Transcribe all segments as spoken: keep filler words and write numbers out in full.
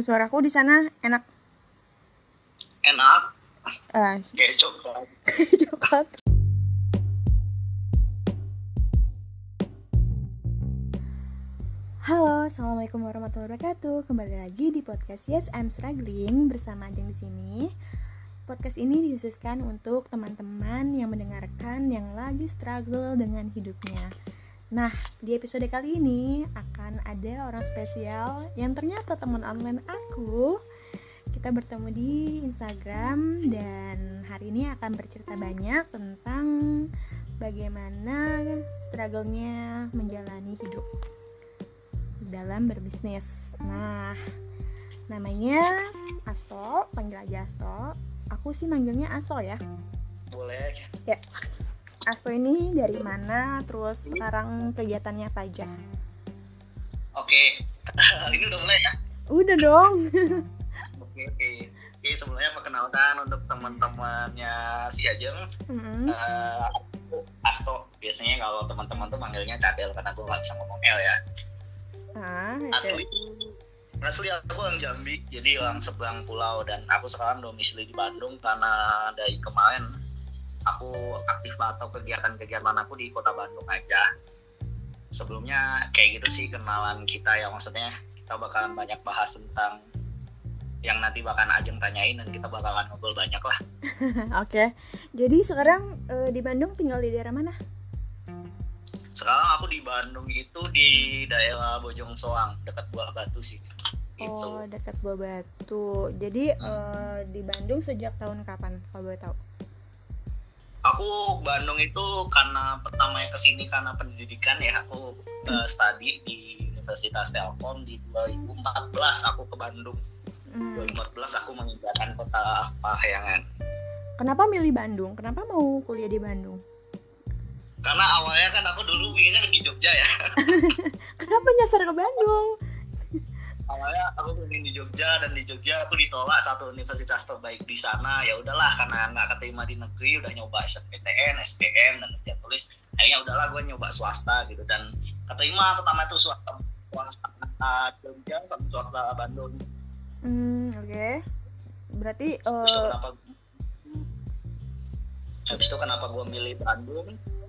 suaraku di sana enak? Enak. Ah, Kayak coklat. coklat. Halo, assalamualaikum warahmatullahi wabarakatuh. Kembali lagi di podcast Yes I'm Struggling bersama Ajeng di sini. Podcast ini dikhususkan untuk teman-teman yang mendengarkan yang lagi struggle dengan hidupnya. Nah, di episode kali ini akan ada orang spesial yang ternyata teman online aku. Kita bertemu di Instagram dan hari ini akan bercerita banyak tentang bagaimana struggle-nya menjalani hidup dalam berbisnis. Nah, namanya Asto, panggil aja Asto. Aku sih manggilnya Asto ya. Boleh. Ya. Asto ini dari mana? Terus sekarang kegiatannya apa aja? Oke. Ini udah mulai ya? Udah dong. Oke, oke. Oke, sebelumnya perkenalkan untuk teman-temannya si Ajeng. Mm-hmm. Uh, aku Asto. Biasanya kalau teman-teman tuh manggilnya Cadel karena gue nggak bisa ngomong L ya. Ah, Asli, asli aku orang Jambi, jadi orang seberang pulau, dan aku sekarang domisili di Bandung karena dari kemarin aku aktif atau kegiatan-kegiatan aku di kota Bandung aja. Sebelumnya kayak gitu sih kenalan kita ya, maksudnya kita bakalan banyak bahas tentang yang nanti bakalan Ajeng tanyain dan kita bakalan ngobrol banyak lah. Oke, jadi sekarang e, di Bandung tinggal di daerah mana? Sekarang aku di Bandung itu di daerah Bojong Soang, dekat Buah Batu sih. Gitu. Oh, dekat Buah Batu. Jadi hmm. e, di Bandung sejak tahun kapan kalau boleh tahu? Aku Bandung itu karena pertama yang kesini karena pendidikan ya, aku uh, study di Universitas Telkom di dua ribu empat belas aku ke Bandung. Hmm. dua ribu empat belas aku meninggalkan kota Parahyangan. Kenapa milih Bandung? Kenapa mau kuliah di Bandung? Karena awalnya kan aku dulu pinginnya di Jogja ya. Kenapa nyasar ke Bandung? Awalnya aku pengen di Jogja, dan di Jogja aku ditolak satu universitas terbaik di sana. Ya udahlah, karena nggak keterima di negeri, udah nyoba S P T N, S B M, dan ujian tulis. Akhirnya udahlah gue nyoba swasta gitu, dan keterima pertama itu swasta swasta Jogja sama swasta Bandung. Hmm, oke. Okay. Berarti uh... habis itu kenapa habis itu kenapa gue milih Bandung?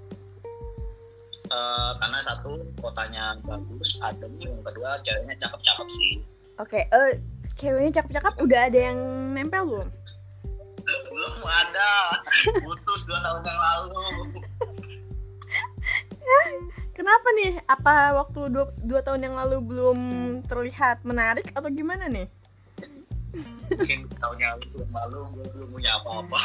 Uh, karena satu, kotanya bagus, adem, yang kedua ceweknya cakep-cakep sih. Oke, okay, uh, ceweknya cakep-cakep udah ada yang nempel belum? Belum ada, putus dua tahun yang lalu. Kenapa nih? Apa waktu dua, dua tahun yang lalu belum terlihat menarik atau gimana nih? Mungkin tahun yang lalu gue belum punya apa-apa.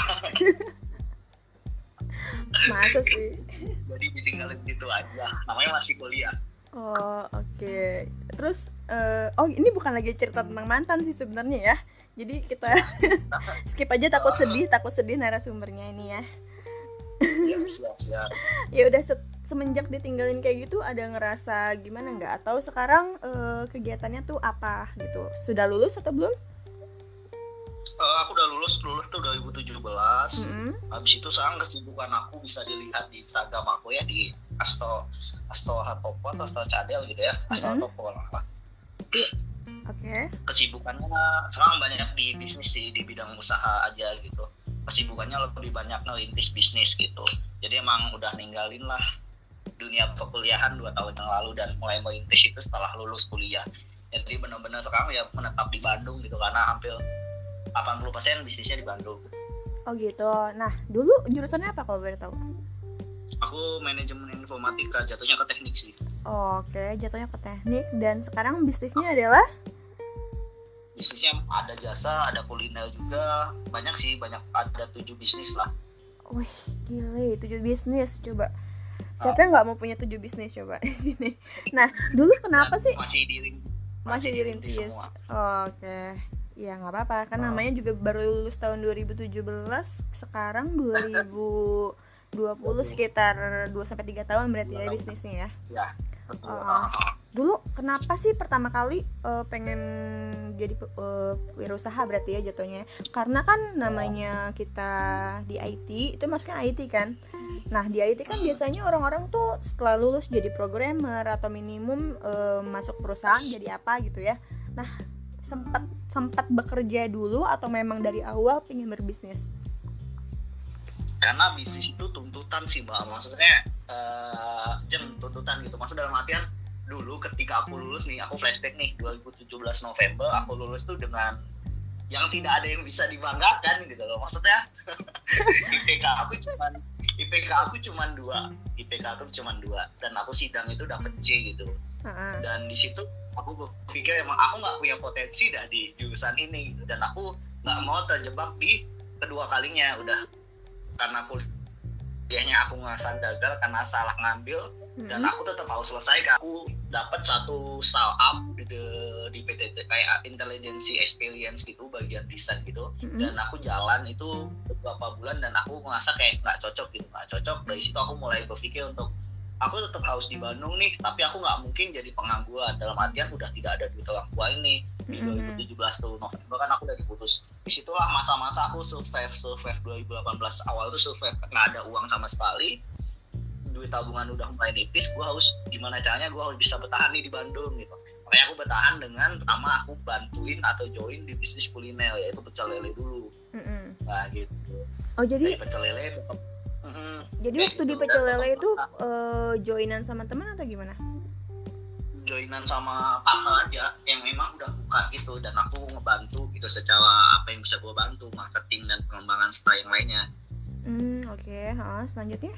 Masa sih? Jadi ditinggalin gitu aja. Namanya masih kuliah. Oh, oke. Okay. Terus uh, oh ini bukan lagi cerita tentang mantan sih sebenarnya ya. Jadi kita skip aja, takut sedih, takut sedih narasumbernya ini ya. Siap, siap, siap. Ya udah se- semenjak ditinggalin kayak gitu ada ngerasa gimana nggak? Atau sekarang uh, kegiatannya tuh apa gitu? Sudah lulus atau belum? Uh, aku udah lulus, lulus tuh dua ribu tujuh belas. Mm-hmm. Habis itu sekarang kesibukan aku bisa dilihat di Instagram aku ya, di Asto Asto Hatopo atau Asto Cadel gitu ya. Asto mm-hmm. Hatopo lah. Oke. Okay. Kesibukannya sekarang banyak di bisnis sih, di bidang usaha aja gitu. Kesibukannya lebih banyak ngerintis bisnis gitu. Jadi emang udah ninggalin lah dunia perkuliahan dua tahun yang lalu dan mulai merintis itu setelah lulus kuliah. Jadi benar-benar sekarang ya menetap di Bandung gitu, karena hampir delapan puluh persen bisnisnya di Bandung. Oh gitu. Nah, dulu jurusannya apa kalau boleh tahu? Aku manajemen informatika, jatuhnya ke teknik sih. Oh, oke, okay. Jatuhnya ke teknik. Dan sekarang bisnisnya adalah? Bisnisnya ada jasa, ada kuliner juga. Banyak sih, banyak, ada tujuh bisnis lah. Wih, gile, tujuh bisnis. Coba siapa yang nggak mau punya tujuh bisnis coba di sini? Nah, dulu kenapa Dan sih? Masih dirintis. Masih, masih dirintis. semua. Oh, oke. Okay. Ya nggak apa-apa, kan namanya juga baru lulus tahun dua ribu tujuh belas, sekarang dua ribu dua puluh sekitar dua sampai tiga tahun berarti ya bisnisnya ya. Ya, betul. Uh, dulu kenapa sih pertama kali uh, pengen jadi uh, wirausaha berarti ya jatuhnya? Karena kan namanya kita di I T, itu maksudnya I T kan. Nah, di I T kan biasanya orang-orang tuh setelah lulus jadi programmer atau minimum uh, masuk perusahaan jadi apa gitu ya. Nah, sempat sempat bekerja dulu atau memang dari awal pengen berbisnis? Karena bisnis itu tuntutan sih mbak, maksudnya uh, jem tuntutan gitu, maksud dalam artian dulu ketika aku lulus nih, aku flashback nih dua ribu tujuh belas November, aku lulus tuh dengan yang tidak ada yang bisa dibanggakan gitu loh, maksudnya I P K aku cuman I P K aku cuman dua, I P K aku cuman dua, dan aku sidang itu dapet C gitu, uh-huh. Dan di situ aku berpikir emang aku nggak punya potensi dah di jurusan ini gitu. Dan aku nggak mau terjebak di kedua kalinya, udah karena kuliahnya aku ngerasa gagal karena salah ngambil, hmm. dan aku tetap harus selesai. Aku dapat satu startup di, di P T T kayak intelligence experience gitu, bagian desain gitu, hmm. dan aku jalan itu beberapa bulan dan aku ngerasa kayak nggak cocok gitu, nggak cocok. Dari situ aku mulai berpikir untuk aku tetap harus di Bandung nih, tapi aku nggak mungkin jadi pengangguran, dalam artian udah tidak ada duit orang tua ini. Di dua ribu tujuh belas tuh November kan aku udah diputus. Disitulah masa-masa aku survive survive dua ribu delapan belas awal tuh survive nggak ada uang sama sekali, duit tabungan udah mulai nipis. Gue harus gimana caranya gue harus bisa bertahan nih di Bandung gitu. Makanya aku bertahan dengan pertama aku bantuin atau join di bisnis kuliner, yaitu pecel lele dulu. Mm-hmm. Nah gitu. Oh jadi kayak pecel lele. Mm-hmm. Jadi waktu gitu. Di pecel lele itu uh, joinan sama teman atau gimana? Joinan sama partner aja yang memang udah buka gitu, dan aku ngebantu gitu secara apa yang bisa gue bantu, marketing dan pengembangan serta yang lainnya. Hmm oke, okay. Ha, selanjutnya?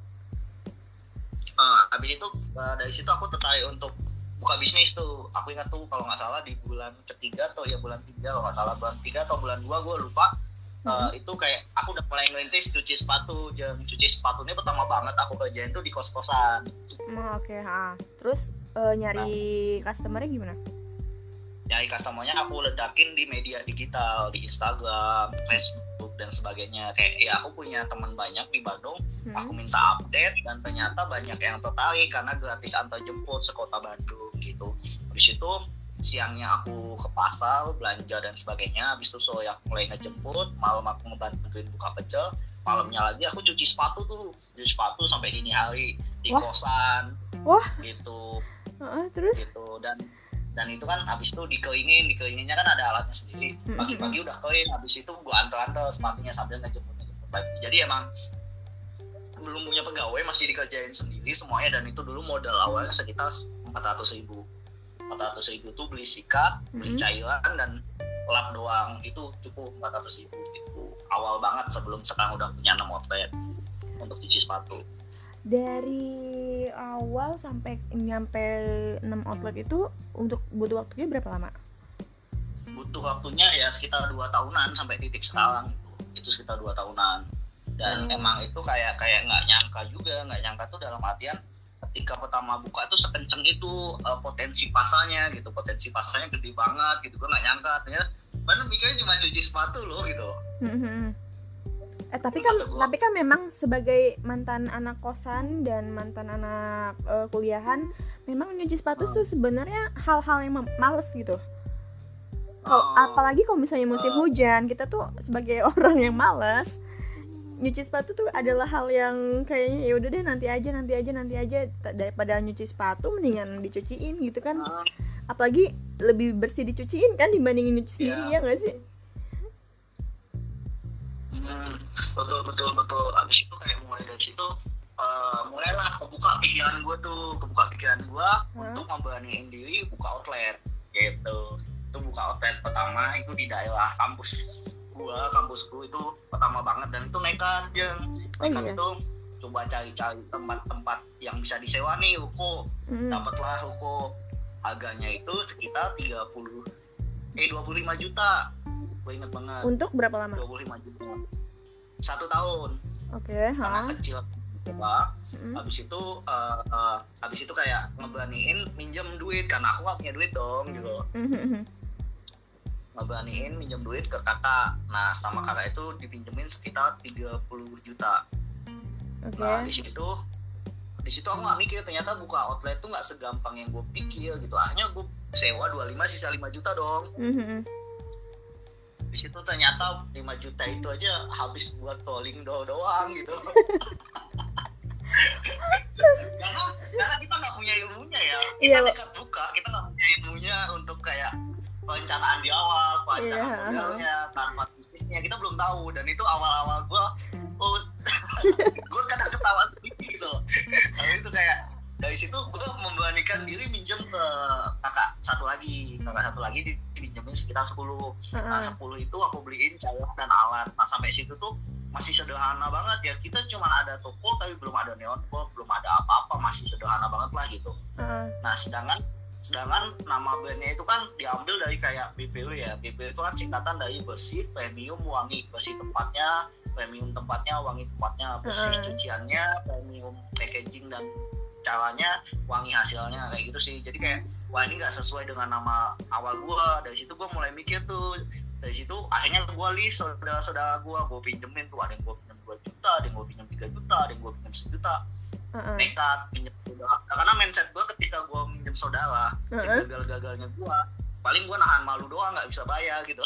Uh, abis itu uh, dari situ aku tertarik untuk buka bisnis tuh. Aku ingat tuh kalau nggak salah di bulan ketiga atau ya bulan tiga kalau nggak salah bulan tiga atau bulan dua gue lupa. Uh, hmm. Itu kayak aku udah mulai ngelintis cuci sepatu. Jam cuci sepatu ini pertama banget aku kerjain tuh di kos-kosan. Hmm, oke, okay. Ha. Terus Uh, nyari nah, customer-nya gimana? Nyari customer-nya aku ledakin di media digital, di Instagram, Facebook dan sebagainya. Kayak ya aku punya teman banyak di Bandung, hmm. aku minta update dan ternyata banyak yang tertarik karena gratis antar jemput sekota Bandung gitu. Habis itu siangnya aku ke pasar belanja dan sebagainya. Habis itu sore aku mulai ngejemput, malam aku ngebantuin buka pecel. Malamnya lagi aku cuci sepatu tuh, cuci sepatu sampai dini hari di Wah. kosan. Wah. Gitu. Uh, terus gitu dan dan itu kan habis itu dikeringin dikeringinnya kan ada alatnya sendiri, pagi-pagi udah kering, habis itu gua antar-antar sepatunya sambil ngejemput ngejemput lagi. Jadi emang belum punya pegawai, masih dikerjain sendiri semuanya, dan itu dulu modal awalnya sekitar empat ratus ribu empat ratus ribu tuh beli sikat, beli cairan dan lap doang, itu cukup empat ratus ribu gitu. Awal banget sebelum sekarang udah punya enam outlet untuk cuci sepatu. Dari awal sampai nyampe enam outlet itu untuk butuh waktunya berapa lama? Butuh waktunya ya sekitar dua tahunan sampai titik sekarang itu. Itu sekitar dua tahunan. Dan hmm. emang itu kayak kayak nggak nyangka juga, nggak nyangka tuh dalam artian ketika pertama buka tuh sekenceng itu uh, potensi pasarnya gitu, potensi pasarnya gede banget gitu. Gue nggak nyangka ternyata mana mikirnya cuma cuci sepatu loh gitu. Hmm. Eh tapi kan tapi kan memang sebagai mantan anak kosan dan mantan anak uh, kuliahan, memang nyuci sepatu tuh hmm. sebenarnya hal-hal yang males gitu. Kalau uh, apalagi kalau misalnya musim uh, hujan, kita tuh sebagai orang yang males, nyuci sepatu tuh adalah hal yang kayaknya ya udah deh nanti aja nanti aja nanti aja daripada nyuci sepatu mendingan dicuciin gitu kan. Uh, apalagi lebih bersih dicuciin kan dibandingin nyuci sendiri, ya nggak sih? Hmm, betul betul betul. Abis itu kayak mulai dari situ uh, mulailah kebuka pikiran gue tuh kebuka pikiran gue hmm? untuk memberaniin diri buka outlet gitu. Itu buka outlet pertama itu di daerah kampus gue, kampusku itu pertama banget, dan itu nekat yang nekat oh, iya. Itu coba cari-cari tempat-tempat yang bisa disewa nih ruko, hmm. dapatlah ruko, harganya itu sekitar tiga puluh eh dua puluh lima juta. Gue inget banget. Untuk berapa lama? dua puluh lima juta. Satu tahun. Oke, okay, karena kecil coba. Mm-hmm. Habis itu uh, uh, habis itu kayak ngeberaniin minjem duit karena aku gak punya duit dong gitu. Mm-hmm. Ngeberaniin minjem duit ke kakak. Nah, sama kakak itu dipinjemin sekitar tiga puluh juta. Okay. Nah, di situ di situ aku gak mikir ternyata buka outlet tuh gak segampang yang gue pikir gitu. Akhirnya gue sewa dua puluh lima sisa lima juta dong. Mm-hmm. Di situ ternyata lima juta itu aja habis buat tolling do- doang gitu. karena karena kita nggak punya ilmunya ya, kita nekat buka, kita nggak punya ilmunya untuk kayak perencanaan di awal, perencanaan yeah. modalnya, tanpa bisnisnya kita belum tahu. Dan itu awal-awal gue oh, gue kadang ketawa sedikit gitu. Tapi itu kayak dari situ gue memberanikan diri minjem ke kakak satu lagi, kakak satu lagi dipinjemin sekitar sepuluh. Uh-huh. Nah sepuluh itu aku beliin cairan dan alat. Nah sampai situ tuh masih sederhana banget ya, kita cuma ada toko tapi belum ada neon box, belum ada apa-apa, masih sederhana banget lah gitu. Uh-huh. Nah sedangkan sedangkan nama brandnya itu kan diambil dari kayak B P W ya. B P W itu kan singkatan dari bersih, premium, wangi. Bersih tempatnya, premium tempatnya, wangi tempatnya. Bersih uh-huh. cuciannya, premium packaging, dan caranya, wangi hasilnya, kayak gitu sih. Jadi kayak wah ini nggak sesuai dengan nama awal gua. Dari situ gua mulai mikir tuh. Dari situ akhirnya gue list saudara-saudara gue, gue pinjemin tuh, ada yang gue pinjem dua juta, ada yang gue pinjem tiga juta, ada yang gue pinjem sejuta. Uh-uh. Nekat pinjem saudara. Nah, karena mindset gue ketika gue minjem saudara, uh-uh. segagal-gagalnya gue, paling gue nahan malu doang, nggak bisa bayar gitu.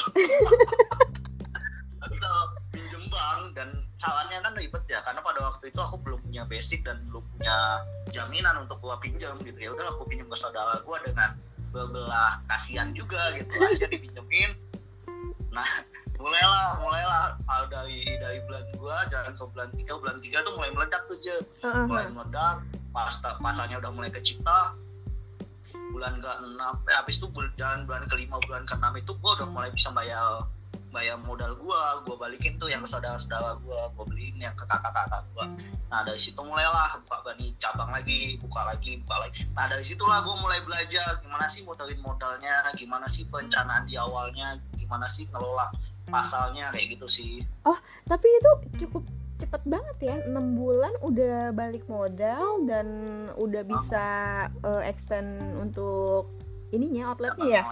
Tapi kalau pinjem bank, dan caranya kan ribet ya, karena pada waktu itu aku belum punya basic dan belum punya jaminan untuk gue pinjem gitu. Ya udah aku pinjem ke saudara gue dengan berbelah kasihan juga gitu, aja dipinjemin. Nah, mulailah, mulailah ah, dari dari bulan dua jalan ke bulan tiga, bulan tiga tuh mulai meledak tuh je, uh-huh. mulai meledak, pas pasarnya udah mulai kecipta. Bulan ke enam, eh, habis itu bulan bulan kelima, bulan ke enam itu gue udah mulai bisa bayar bayar modal gue, gue balikin tuh yang ke saudara-saudara gue, gue beliin yang ke kakak-kakak gue. Nah dari situ mulailah buka bani cabang lagi, buka lagi, buka lagi. Nah dari situlah gue mulai belajar gimana sih muterin modalnya, gimana sih perencanaan di awalnya, gimana sih ngelola pasalnya, kayak gitu sih. Oh, tapi itu cukup cepet banget ya, enam bulan udah balik modal dan udah bisa uh, extend untuk ininya, outletnya ya?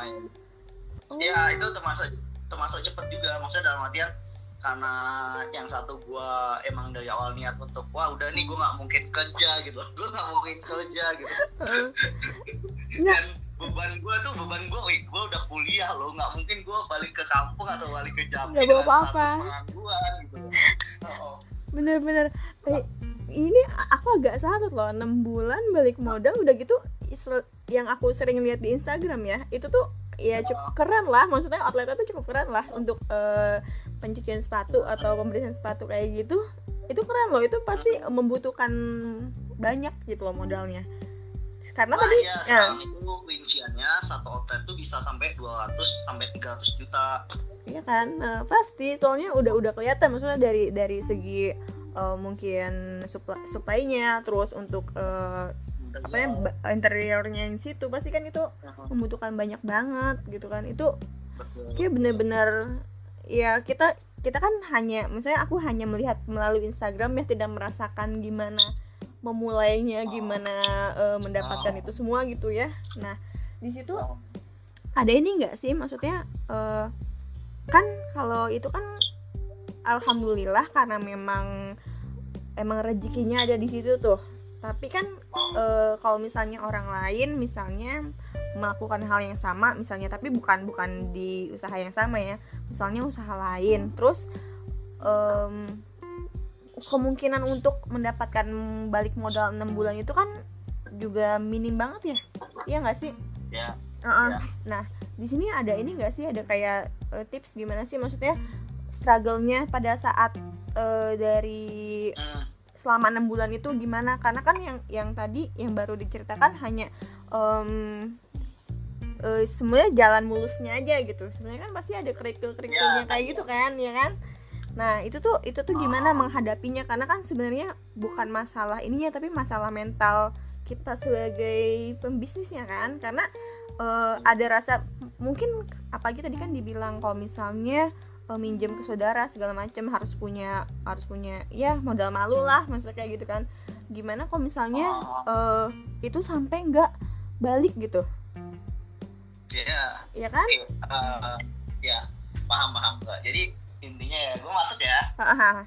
Oh. Ya itu termasuk termasuk cepet juga, maksudnya dalam artian karena yang satu gue emang dari awal niat untuk wah udah nih gue nggak mungkin kerja gitu, gue nggak mungkin kerja gitu. Uh. Dan beban gue tuh beban gue, wih gue udah kuliah loh, nggak mungkin gue balik ke kampung atau balik ke Jambi dengan status pengangguran gitu. Oh. Bener-bener eh, ini aku agak salut loh, enam bulan balik modal udah gitu. Yang aku sering lihat di Instagram ya, itu tuh ya cukup keren lah, maksudnya outletnya tuh cukup keren lah untuk uh, pencucian sepatu atau pembersihan sepatu kayak gitu. Itu keren loh, itu pasti membutuhkan banyak gitu loh modalnya. Karena nah, tadi ya, sekarang ya. Itu rinciannya satu outlet tuh bisa sampai dua ratus sampai tiga ratus juta. Iya kan, nah, pasti soalnya udah udah kelihatan, maksudnya dari dari segi uh, mungkin supply, supply-nya, terus untuk uh, apa ya interiornya yang situ pasti kan itu membutuhkan banyak banget gitu kan. Itu kayak bener-bener ya kita kita kan hanya, misalnya aku hanya melihat melalui Instagram ya, tidak merasakan gimana memulainya, gimana uh, mendapatkan itu semua gitu ya. Nah di situ ada ini nggak sih, maksudnya uh, kan kalau itu kan alhamdulillah karena memang emang rezekinya ada di situ tuh. Tapi kan uh, kalau misalnya orang lain misalnya melakukan hal yang sama misalnya, tapi bukan bukan di usaha yang sama ya, misalnya usaha lain, terus um, kemungkinan untuk mendapatkan balik modal enam bulan itu kan juga minim banget ya, iya nggak sih? Ya. Uh-uh. Ya. Nah di sini ada ini nggak sih, ada kayak uh, tips gimana sih, maksudnya struggle-nya pada saat uh, dari selama enam bulan itu gimana? Karena kan yang yang tadi yang baru diceritakan hanya um, uh, semuanya jalan mulusnya aja gitu. Sebenarnya kan pasti ada kerikil-kerikilnya kayak gitu kan, ya kan? Nah itu tuh itu tuh gimana menghadapinya, karena kan sebenarnya bukan masalah ininya tapi masalah mental kita sebagai pembisnisnya kan, karena uh, ada rasa mungkin apalagi tadi kan dibilang kalau misalnya uh, minjem ke saudara segala macam harus punya harus punya ya modal malu lah, maksudnya kayak gitu kan. Gimana kalau misalnya uh, itu sampai nggak balik gitu? Iya. Iya kan? Uh, ya paham paham Kak. Jadi intinya ya gue masuk ya. Aha.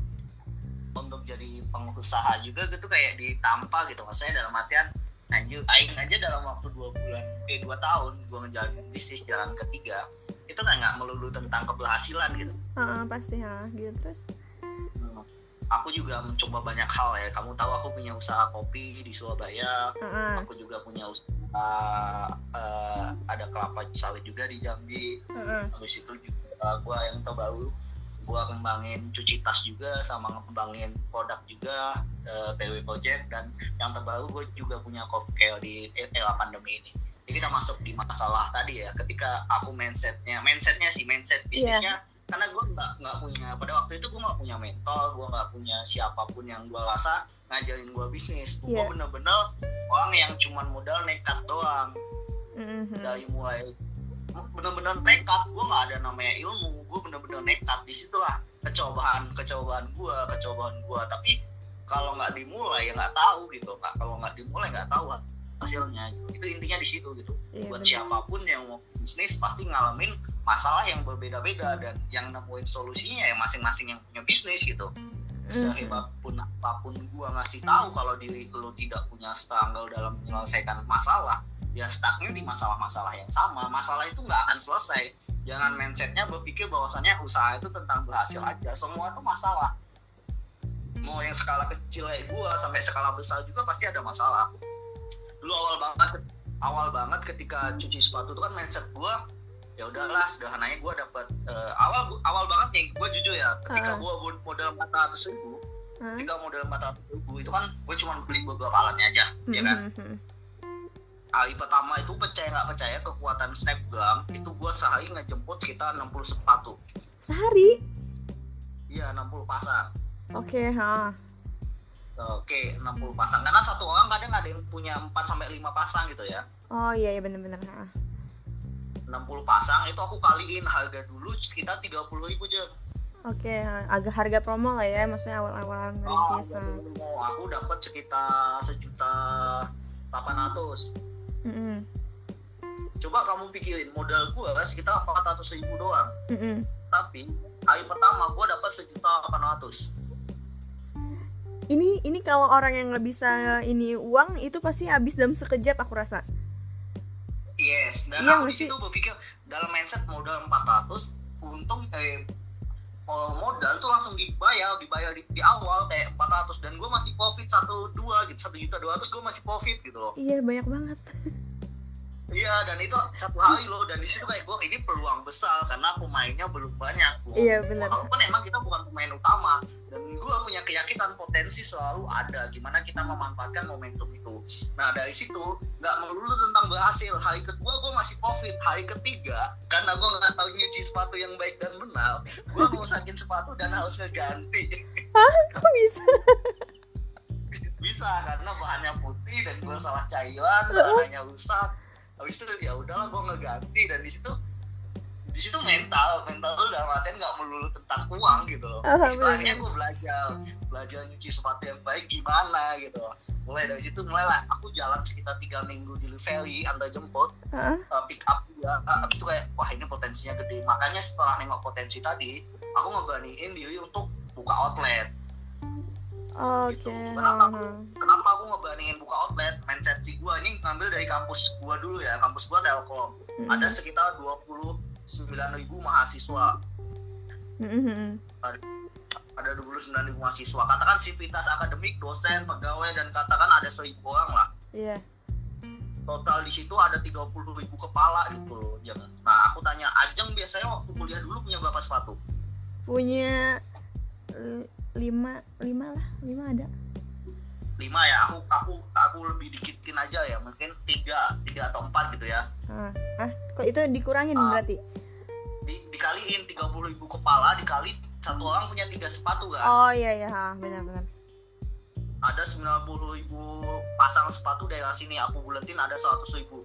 Untuk jadi pengusaha juga gitu kayak ditampa gitu, maksudnya dalam artian anjir aing aja dalam waktu dua bulan eh dua tahun gue ngejalanin bisnis jalan ketiga itu kan nggak melulu tentang keberhasilan gitu. Uh, pasti ya gitu. Terus hmm. aku juga mencoba banyak hal ya, kamu tahu aku punya usaha kopi di Surabaya. Uh-uh. Aku juga punya usaha uh, uh, ada kelapa sawit juga di Jambi. Uh-huh. Habis itu juga gue yang terbaru gue kembangin cuci tas juga, sama ngembangin produk juga, uh, T W Project. Dan yang terbaru gue juga punya coffee care di era pandemi ini. Jadi kita masuk di masalah tadi ya, ketika aku mindsetnya mindsetnya sih mindset bisnisnya, yeah. Karena gue nggak nggak punya, pada waktu itu gue nggak punya mentor, gue nggak punya siapapun yang gue rasa ngajarin gue bisnis. Yeah. Gue bener-bener orang yang cuman modal nekat doang. Mm-hmm. Dari mulai bener-bener nekat, gue nggak ada namanya ilmu, gue bener-bener nekat. Disitulah kecobaan kecobaan gue kecobaan gue tapi kalau nggak dimulai ya nggak tahu gitu. Nggak, kalau nggak dimulai nggak tahu hasilnya. Itu intinya di situ gitu. Yeah, buat bener. Siapapun yang mau bisnis pasti ngalamin masalah yang berbeda-beda, dan yang nemuin solusinya ya masing-masing yang punya bisnis gitu. Sehebat pun apapun gue ngasih tahu kalau diri lu tidak punya struggle dalam menyelesaikan masalah, ya stucknya di masalah-masalah yang sama. Masalah itu nggak akan selesai. Jangan mindsetnya berpikir bahwasannya usaha itu tentang berhasil aja. Semua itu masalah. Mau yang skala kecil kayak gue sampai skala besar juga pasti ada masalah. Dulu awal banget, awal banget ketika cuci sepatu itu kan mindset gue, ya udahlah sederhananya gue dapat uh, awal awal banget nih gue jujur ya, ketika uh. gue modal empat ratus ribu, uh. ketika modal empat ratus ribu itu kan gue cuma beli beberapa alatnya aja, mm-hmm. ya kan. Hari pertama itu percaya nggak percaya kekuatan snapgram itu gue sehari ngejemput sekitar enam puluh sepatu. Sehari? Iya, enam puluh pasang. Oke, okay, ha. Oke, enam puluh pasang. Karena satu orang kadang ada yang punya empat sampai lima pasang gitu ya. Oh iya, iya benar-benar. enam puluh pasang itu aku kaliin harga dulu sekitar tiga puluh ribu aja. Oke, okay, agak harga promo lah ya, maksudnya awal-awal ngerintis. Oh, aku dapat sekitar sejuta delapan ratus. Mm-hmm. Coba kamu pikirin, modal gue sekitar empat ratus ribu doang. Mm-hmm. Tapi hari pertama gue dapat sejuta delapan ratus. Ini ini kalau orang yang nggak bisa ini uang itu pasti habis dalam sekejap aku rasa. Yes, dan iya, aku di situ berpikir dalam mindset modal empat ratus, untung eh modal itu langsung dibayar, dibayar di, di awal kayak empat ratus, dan gue masih profit satu dua gitu, satu juta dua ratus gue masih profit gitu loh. Iya, banyak banget. Iya, dan itu satu hari loh, dan di situ kayak gue ini peluang besar karena pemainnya belum banyak. Gua, iya benar. Walaupun emang kita bukan pemain utama, dan gue punya keyakinan potensi selalu ada. Gimana kita memanfaatkan momentum itu. Nah dari situ nggak melulu tentang berhasil. Hari kedua gue masih profit. Hari ketiga karena gue nggak tahu nyuci sepatu yang baik dan benar, gue mau sakin sepatu dan harus ngeganti. Hah? Kok bisa? Bisa karena bahannya putih dan gue salah cairan, bahannya rusak. Habis itu ya udahlah gue ngeganti, dan di situ di situ mental mental tuh dalam artian nggak melulu tentang uang gitu loh. Oh, akhirnya gue belajar belajar nyuci sepatu yang baik gimana gitu. Mulai dari situ mulailah aku jalan sekitar tiga minggu delivery antar jemput, huh? uh, pick up juga. Uh, itu kayak wah ini potensinya gede. Makanya setelah nengok potensi tadi, aku ngeberaniin diri untuk buka outlet. Oke. Okay. Gitu. Kenapa aku kenapa aku ngeberaniin buka outlet? Mindset si gue ini ngambil dari kampus gue dulu ya. Kampus gue Telkom. Mm-hmm. Ada sekitar dua puluh sembilan ribu mahasiswa. Mm-hmm. Ada, ada dua puluh sembilan ribu mahasiswa. Katakan sivitas akademik, dosen, pegawai, dan katakan ada seribu orang lah. Iya. Yeah. Total di situ ada tiga puluh ribu kepala gitu loh. Jangan. Nah aku tanya, Ajeng biasanya waktu kuliah dulu punya berapa sepatu? Punya uh... lima lima lah lima ada lima ya. Aku aku aku lebih dikitin aja ya, mungkin tiga tiga atau empat gitu ya. ah, ah kok itu dikurangin uh, berarti di, dikaliin tiga puluh ribu kepala dikali satu orang punya tiga sepatu kan. Oh iya iya benar-benar ada sembilan puluh ribu pasang sepatu daerah sini, aku buletin ada seratus ribu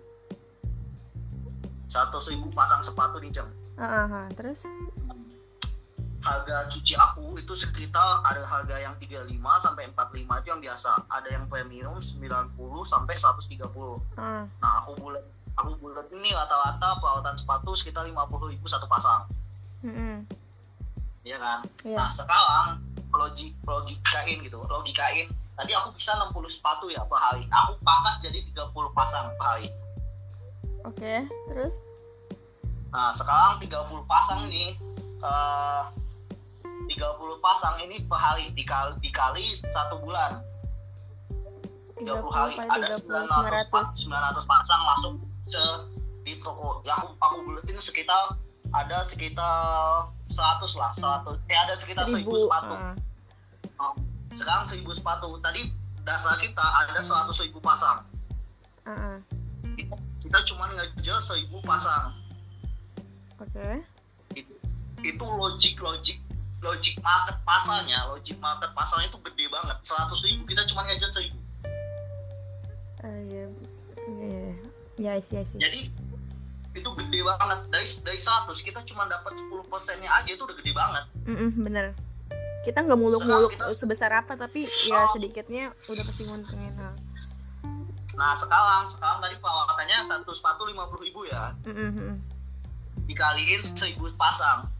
seratus ribu pasang sepatu di jam. Ah, ah, terus harga cuci aku itu sekitar ada harga yang tiga puluh lima sampai empat puluh lima itu yang biasa, ada yang premium sembilan puluh sampai seratus tiga puluh. Hmm. Nah, aku bulat aku bulat ini rata-rata perawatan sepatu sekitar lima puluh ribu satu pasang. Heeh. Mm-hmm. Iya kan? Yeah. Nah, sekarang logik logikain gitu. Logikain, tadi aku bisa enam puluh sepatu ya per hari. Aku pangkas jadi tiga puluh pasang per hari. Oke, okay, terus? Nah, sekarang tiga puluh pasang nih uh, tiga puluh pasang ini per hari dikali, dikali satu bulan. tiga puluh hari ada sembilan ratus pasang masuk se di toko ya aku aku buletin sekitar ada sekitar seratus lah seratus eh ada sekitar seribu sepatu uh. Oh, sekarang seribu sepatu tadi dasar kita ada seratus ribu pasang uh-uh. kita, kita cuma ngejar seribu pasang oke okay. itu, itu logik logik logik market pasarnya logik market pasarnya itu gede banget seratus ribu kita cuma ngejar seribu uh, ya yeah. ya isi isi jadi itu gede banget dari dari seratus kita cuma dapat sepuluh persennya aja itu udah gede banget. Mm-mm, bener kita nggak muluk-muluk kita, sebesar apa tapi oh, ya sedikitnya udah pasti nguntungin. Nah sekarang sekarang tadi perawatannya satu sepatu lima puluh ribu ya. Mm-hmm. Dikaliin seribu pasang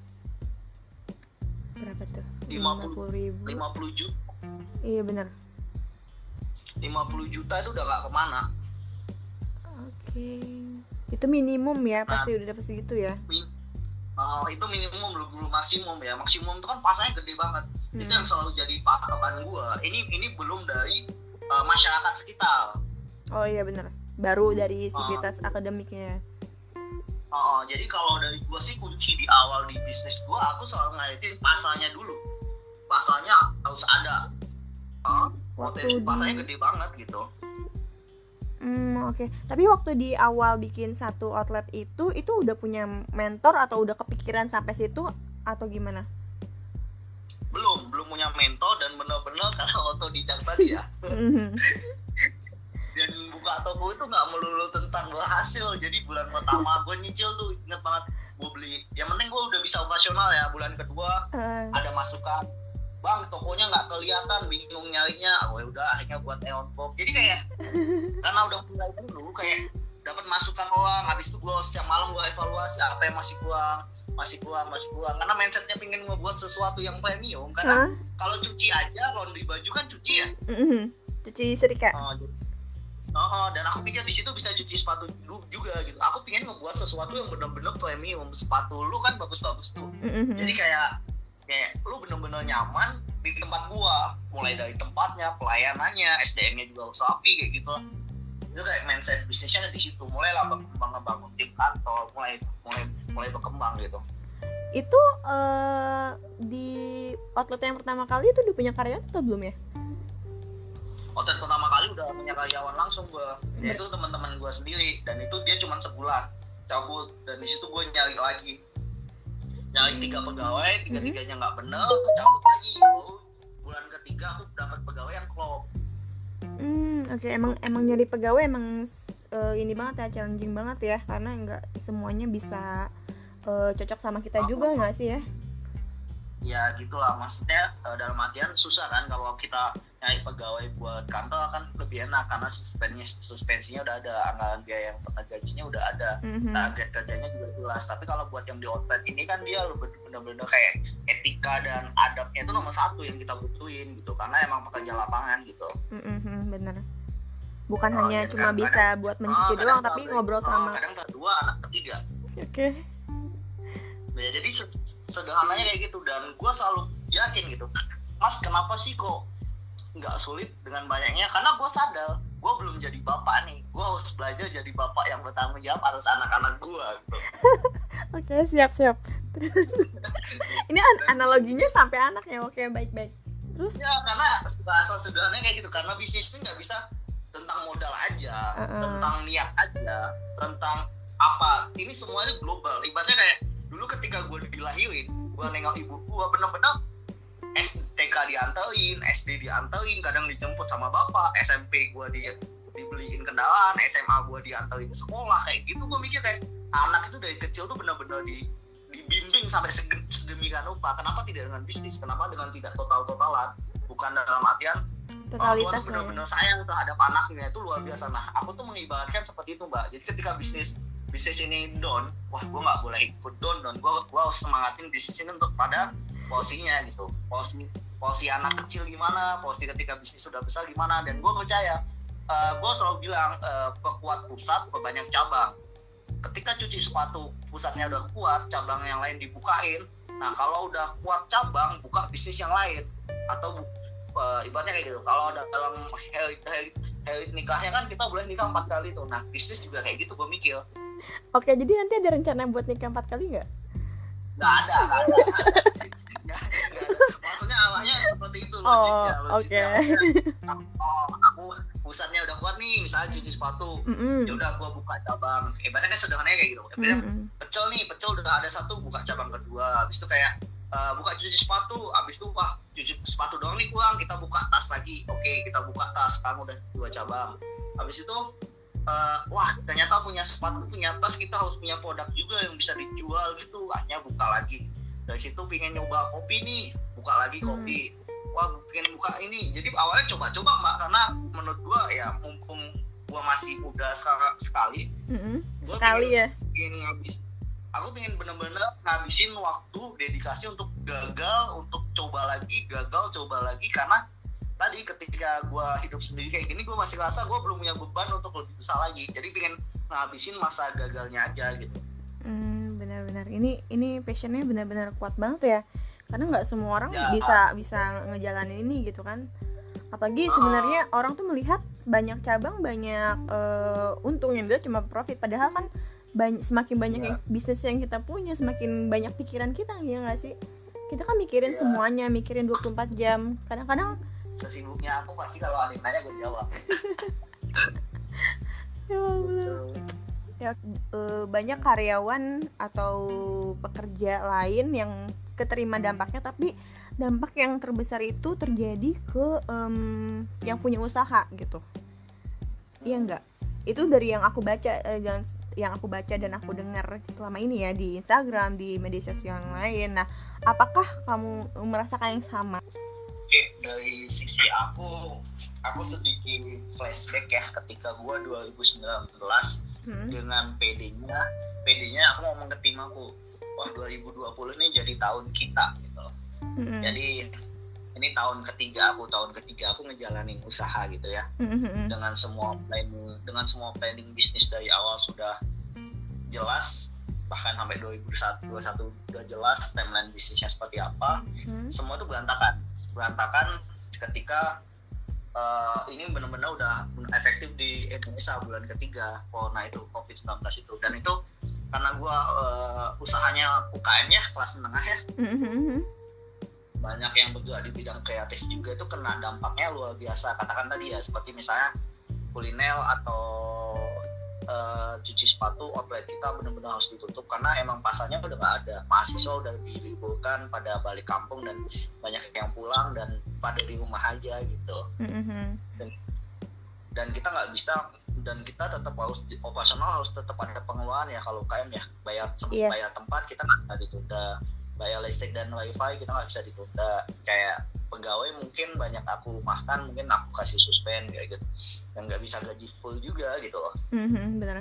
berapa tuh? lima puluh ribu lima puluh juta. Iya bener lima puluh juta itu udah gak kemana. Oke okay. Itu minimum ya, nah, pasti udah dapat segitu ya. Min- uh, itu minimum belum belum maksimum ya. Maksimum itu kan pasarnya gede banget. Hmm. Itu yang selalu jadi patokan gua. Ini ini belum dari uh, masyarakat sekitar. Oh iya benar. Baru dari sivitas uh, akademiknya. Uh, jadi kalau dari gua sih kunci di awal di bisnis gua, aku selalu ngeliatin pasarnya dulu. Pasarnya harus ada. Uh, potensi pasarnya gede banget gitu. Hmm oke. Okay. Tapi waktu di awal bikin satu outlet itu, itu udah punya mentor atau udah kepikiran sampai situ atau gimana? Belum, belum punya mentor dan benar-benar karena otodidak tadi ya. Dan buka toko itu nggak melulu tentang berhasil. Jadi bulan pertama gue nyicil tuh inget banget gue beli. Yang penting gue udah bisa operasional ya. Bulan kedua uh. ada masukan. Bang, tokonya nggak kelihatan, bingung nyarinya. Oh udah, akhirnya buat Eon Box. Jadi kayak karena udah mulai dulu kayak dapat masukan orang. Habis itu gue setiap malam gue evaluasi apa yang masih kurang, masih kurang, masih kurang. Karena mindsetnya pengen ngebuat sesuatu yang premium. Karena huh? kalau cuci aja, laundry baju kan cuci ya. Mm-hmm. Cuci setrika. Oh, oh, dan aku pikir di situ bisa cuci sepatu juga gitu. Aku pengen ngebuat sesuatu yang benar-benar premium. Sepatu lu kan bagus-bagus tuh. Mm-hmm. Jadi kayak kayak lu bener-bener nyaman di tempat gua, mulai dari tempatnya, pelayanannya, S D M-nya juga harus rapi kayak gitu. Itu kayak mindset bisnisnya di situ. Mulailah bangun-bangun tim kantor, mulai mulai mulai berkembang gitu. Itu uh, di outlet yang pertama kali itu udah punya karyawan atau belum ya? Outlet pertama kali udah punya karyawan langsung gua. Hmm. Itu teman-teman gua sendiri dan itu dia cuma sebulan cabut dan di situ gua nyari lagi. Nyari tiga pegawai, tiga-tiganya nggak bener, cabut lagi. Oh, bulan ketiga aku dapat pegawai yang klop. Hmm, oke okay. emang emang nyari pegawai emang uh, ini banget ya, challenging banget ya, karena nggak semuanya bisa uh, cocok sama kita oh, juga nggak sih ya? Ya gitulah, maksudnya uh, dalam artian susah kan kalau kita nyari pegawai buat kantor kan lebih enak karena suspensinya suspensinya udah ada, anggaran biaya yang gajinya udah ada, mm-hmm. target kerjanya juga jelas. Tapi kalau buat yang di outlet ini kan dia benar-benar kayak etika dan adabnya itu nomor satu yang kita butuhin gitu, karena emang pekerja lapangan gitu. Mm-hmm, bener. Bukan oh, hanya cuma kadang, bisa kadang, buat mencuci oh, doang, tapi ngobrol oh, sama. Kadang kedua, anak ketiga. Oke. Okay. Ya, jadi sederhananya kayak gitu, dan gue selalu yakin gitu, Mas kenapa sih kok nggak sulit dengan banyaknya? Karena gue sadar gue belum jadi bapak nih, gue harus belajar jadi bapak yang bertanggung jawab atas anak-anak gue gitu. Oke okay, siap siap. Ini an- analoginya sampai anak ya, oke okay, baik baik. Terus? Ya karena bahasa sederhananya kayak gitu, karena bisnis ini nggak bisa tentang modal aja, uh-uh. tentang niat aja, tentang apa, ini semuanya global. Ibaratnya kayak dulu ketika gue dilahirin, gue nengok ibu gue bener-bener S T K dianterin, S D dianterin, kadang dijemput sama bapak, S M P gue di, dibeliin kendaraan, S M A gue dianterin sekolah, kayak gitu. Gue mikir kayak anak itu dari kecil tuh bener-bener di, dibimbing sampai sedemikian rupa. Kenapa tidak dengan bisnis? Kenapa dengan tidak total-totalan? Bukan dalam artian totalitas, oh, bener-bener sayang terhadap anaknya, itu luar biasa. Nah aku tuh mengibaratkan seperti itu mbak. Jadi ketika bisnis bisnis ini down, wah gue nggak boleh ikut down, dan gue gue harus semangatin bisnis ini untuk pada porsinya gitu, porsi porsi anak kecil gimana, porsi ketika bisnis sudah besar gimana. Dan gue percaya, uh, gue selalu bilang uh, perkuat pusat, perbanyak cabang. Ketika cuci sepatu pusatnya udah kuat, cabang yang lain dibukain. Nah kalau udah kuat cabang, buka bisnis yang lain, atau uh, ibaratnya kayak gitu. Kalau dalam herit, herit, herit nikahnya kan kita boleh nikah empat kali tuh. Nah bisnis juga kayak gitu gue mikir. Oke, jadi nanti ada rencana buat nikah empat kali nggak? Nggak ada, nggak ada, nggak ada. Nggak, nggak ada. Maksudnya awalnya seperti itu logiknya. Oh, logiknya. oke. Oh, aku pusatnya udah kuat nih, misalnya cuci sepatu. Mm-mm. Ya udah gue buka cabang. Ibaratnya kan sederhananya kayak gitu. Ibaratnya Mm-mm. pecel nih, pecel udah ada satu, buka cabang kedua. Habis itu kayak uh, buka cuci sepatu. Habis itu wah cuci sepatu doang nih kurang, kita buka tas lagi. Oke, kita buka tas. Sekarang udah dua cabang. Habis itu Uh, wah ternyata punya sepatu, punya tas, kita harus punya produk juga yang bisa dijual gitu, akhirnya buka lagi. Dari situ pengen nyoba kopi nih, buka lagi kopi. Wah pengen buka ini, jadi awalnya coba-coba mbak, karena menurut gua ya mumpung gua masih muda sekali, Mm-mm. gua Sekali pengen, ya. pengen ngabis, aku pengen bener-bener ngabisin waktu dedikasi untuk gagal, untuk coba lagi, gagal coba lagi, karena tadi ketika gue hidup sendiri kayak gini, gue masih rasa gue belum punya beban untuk lebih besar lagi, jadi pengen ngabisin masa gagalnya aja gitu. Hmm, benar-benar ini ini passionnya benar-benar kuat banget ya, karena nggak semua orang Ya. bisa bisa ngejalanin ini gitu kan. Apalagi sebenarnya orang tuh melihat banyak cabang, banyak uh, untung yang dia cuma profit, padahal kan banyak, semakin banyak Ya. yang bisnis yang kita punya, semakin banyak pikiran kita, ya nggak sih? Kita kan mikirin Ya. semuanya, mikirin dua puluh empat jam. Kadang-kadang Sesibuknya aku pasti kalau ada yang nanya gue jawab. ya Allah. Ya, e, banyak karyawan atau pekerja lain yang keterima dampaknya, tapi dampak yang terbesar itu terjadi ke em, yang punya usaha gitu. Iya enggak? Itu dari yang aku baca, eh, yang, yang aku baca dan aku dengar selama ini ya di Instagram, di media sosial yang lain. Nah, apakah kamu merasakan yang sama? Oke, dari sisi aku, aku sedikit flashback ya ketika gue dua ribu sembilan belas hmm. dengan P D-nya, P D-nya aku ngomong ke tim aku, wah dua ribu dua puluh ini jadi tahun kita gitu. Hmm. Jadi ini tahun ketiga aku, tahun ketiga aku ngejalanin usaha gitu ya, hmm. dengan semua planning, dengan semua planning bisnis dari awal sudah jelas, bahkan sampai dua ribu dua puluh satu udah jelas timeline bisnisnya seperti apa, hmm. semua itu berantakan. berantakan ketika uh, ini benar-benar udah efektif di Indonesia bulan ketiga corona itu, covid sembilan belas itu. Dan itu karena gue uh, usahanya U K M-nya kelas menengah ya, mm-hmm. banyak yang bergerak di bidang kreatif juga, itu kena dampaknya luar biasa. Katakan tadi ya, seperti misalnya kuliner atau uh, cuci sepatu, outlet kita benar-benar harus ditutup karena emang pasarnya udah nggak ada. Mahasiswa udah diliburkan pada balik kampung dan banyak yang pulang dan pada di rumah aja gitu. Mm-hmm. Dan, dan kita nggak bisa, dan kita tetap harus operasional, harus tetap ada pengeluaran ya. Kalau U K M ya bayar yeah. bayar tempat kita nggak bisa ditunda, bayar listrik dan wifi kita nggak bisa ditunda. Kayak pegawai mungkin banyak aku rumahkan, mungkin aku kasih suspend kayak gitu, dan nggak bisa gaji full juga gitu loh. Mm-hmm, benar.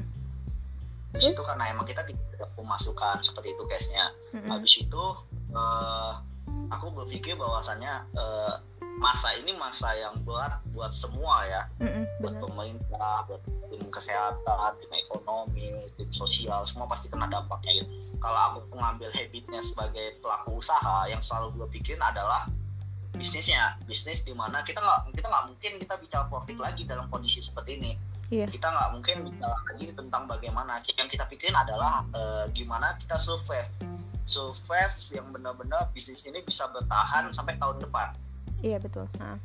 Di situ karena emang kita tidak ada pemasukan, seperti itu case-nya. Mm-hmm. Habis itu uh, aku berpikir bahwasannya uh, masa ini masa yang berat buat semua ya, mm-hmm, buat pemerintah, buat tim kesehatan, tim ekonomi, tim sosial, semua pasti kena dampaknya gitu. Kalau aku mengambil habitnya sebagai pelaku usaha, yang selalu gue pikirin adalah bisnisnya, bisnis di mana kita nggak kita nggak mungkin kita bicara profit lagi dalam kondisi seperti ini. Yeah. Kita nggak mungkin bicara lagi tentang bagaimana. Yang kita pikirin adalah uh, gimana kita survive, survive yang benar-benar bisnis ini bisa bertahan sampai tahun depan. Iya yeah, betul. Nah.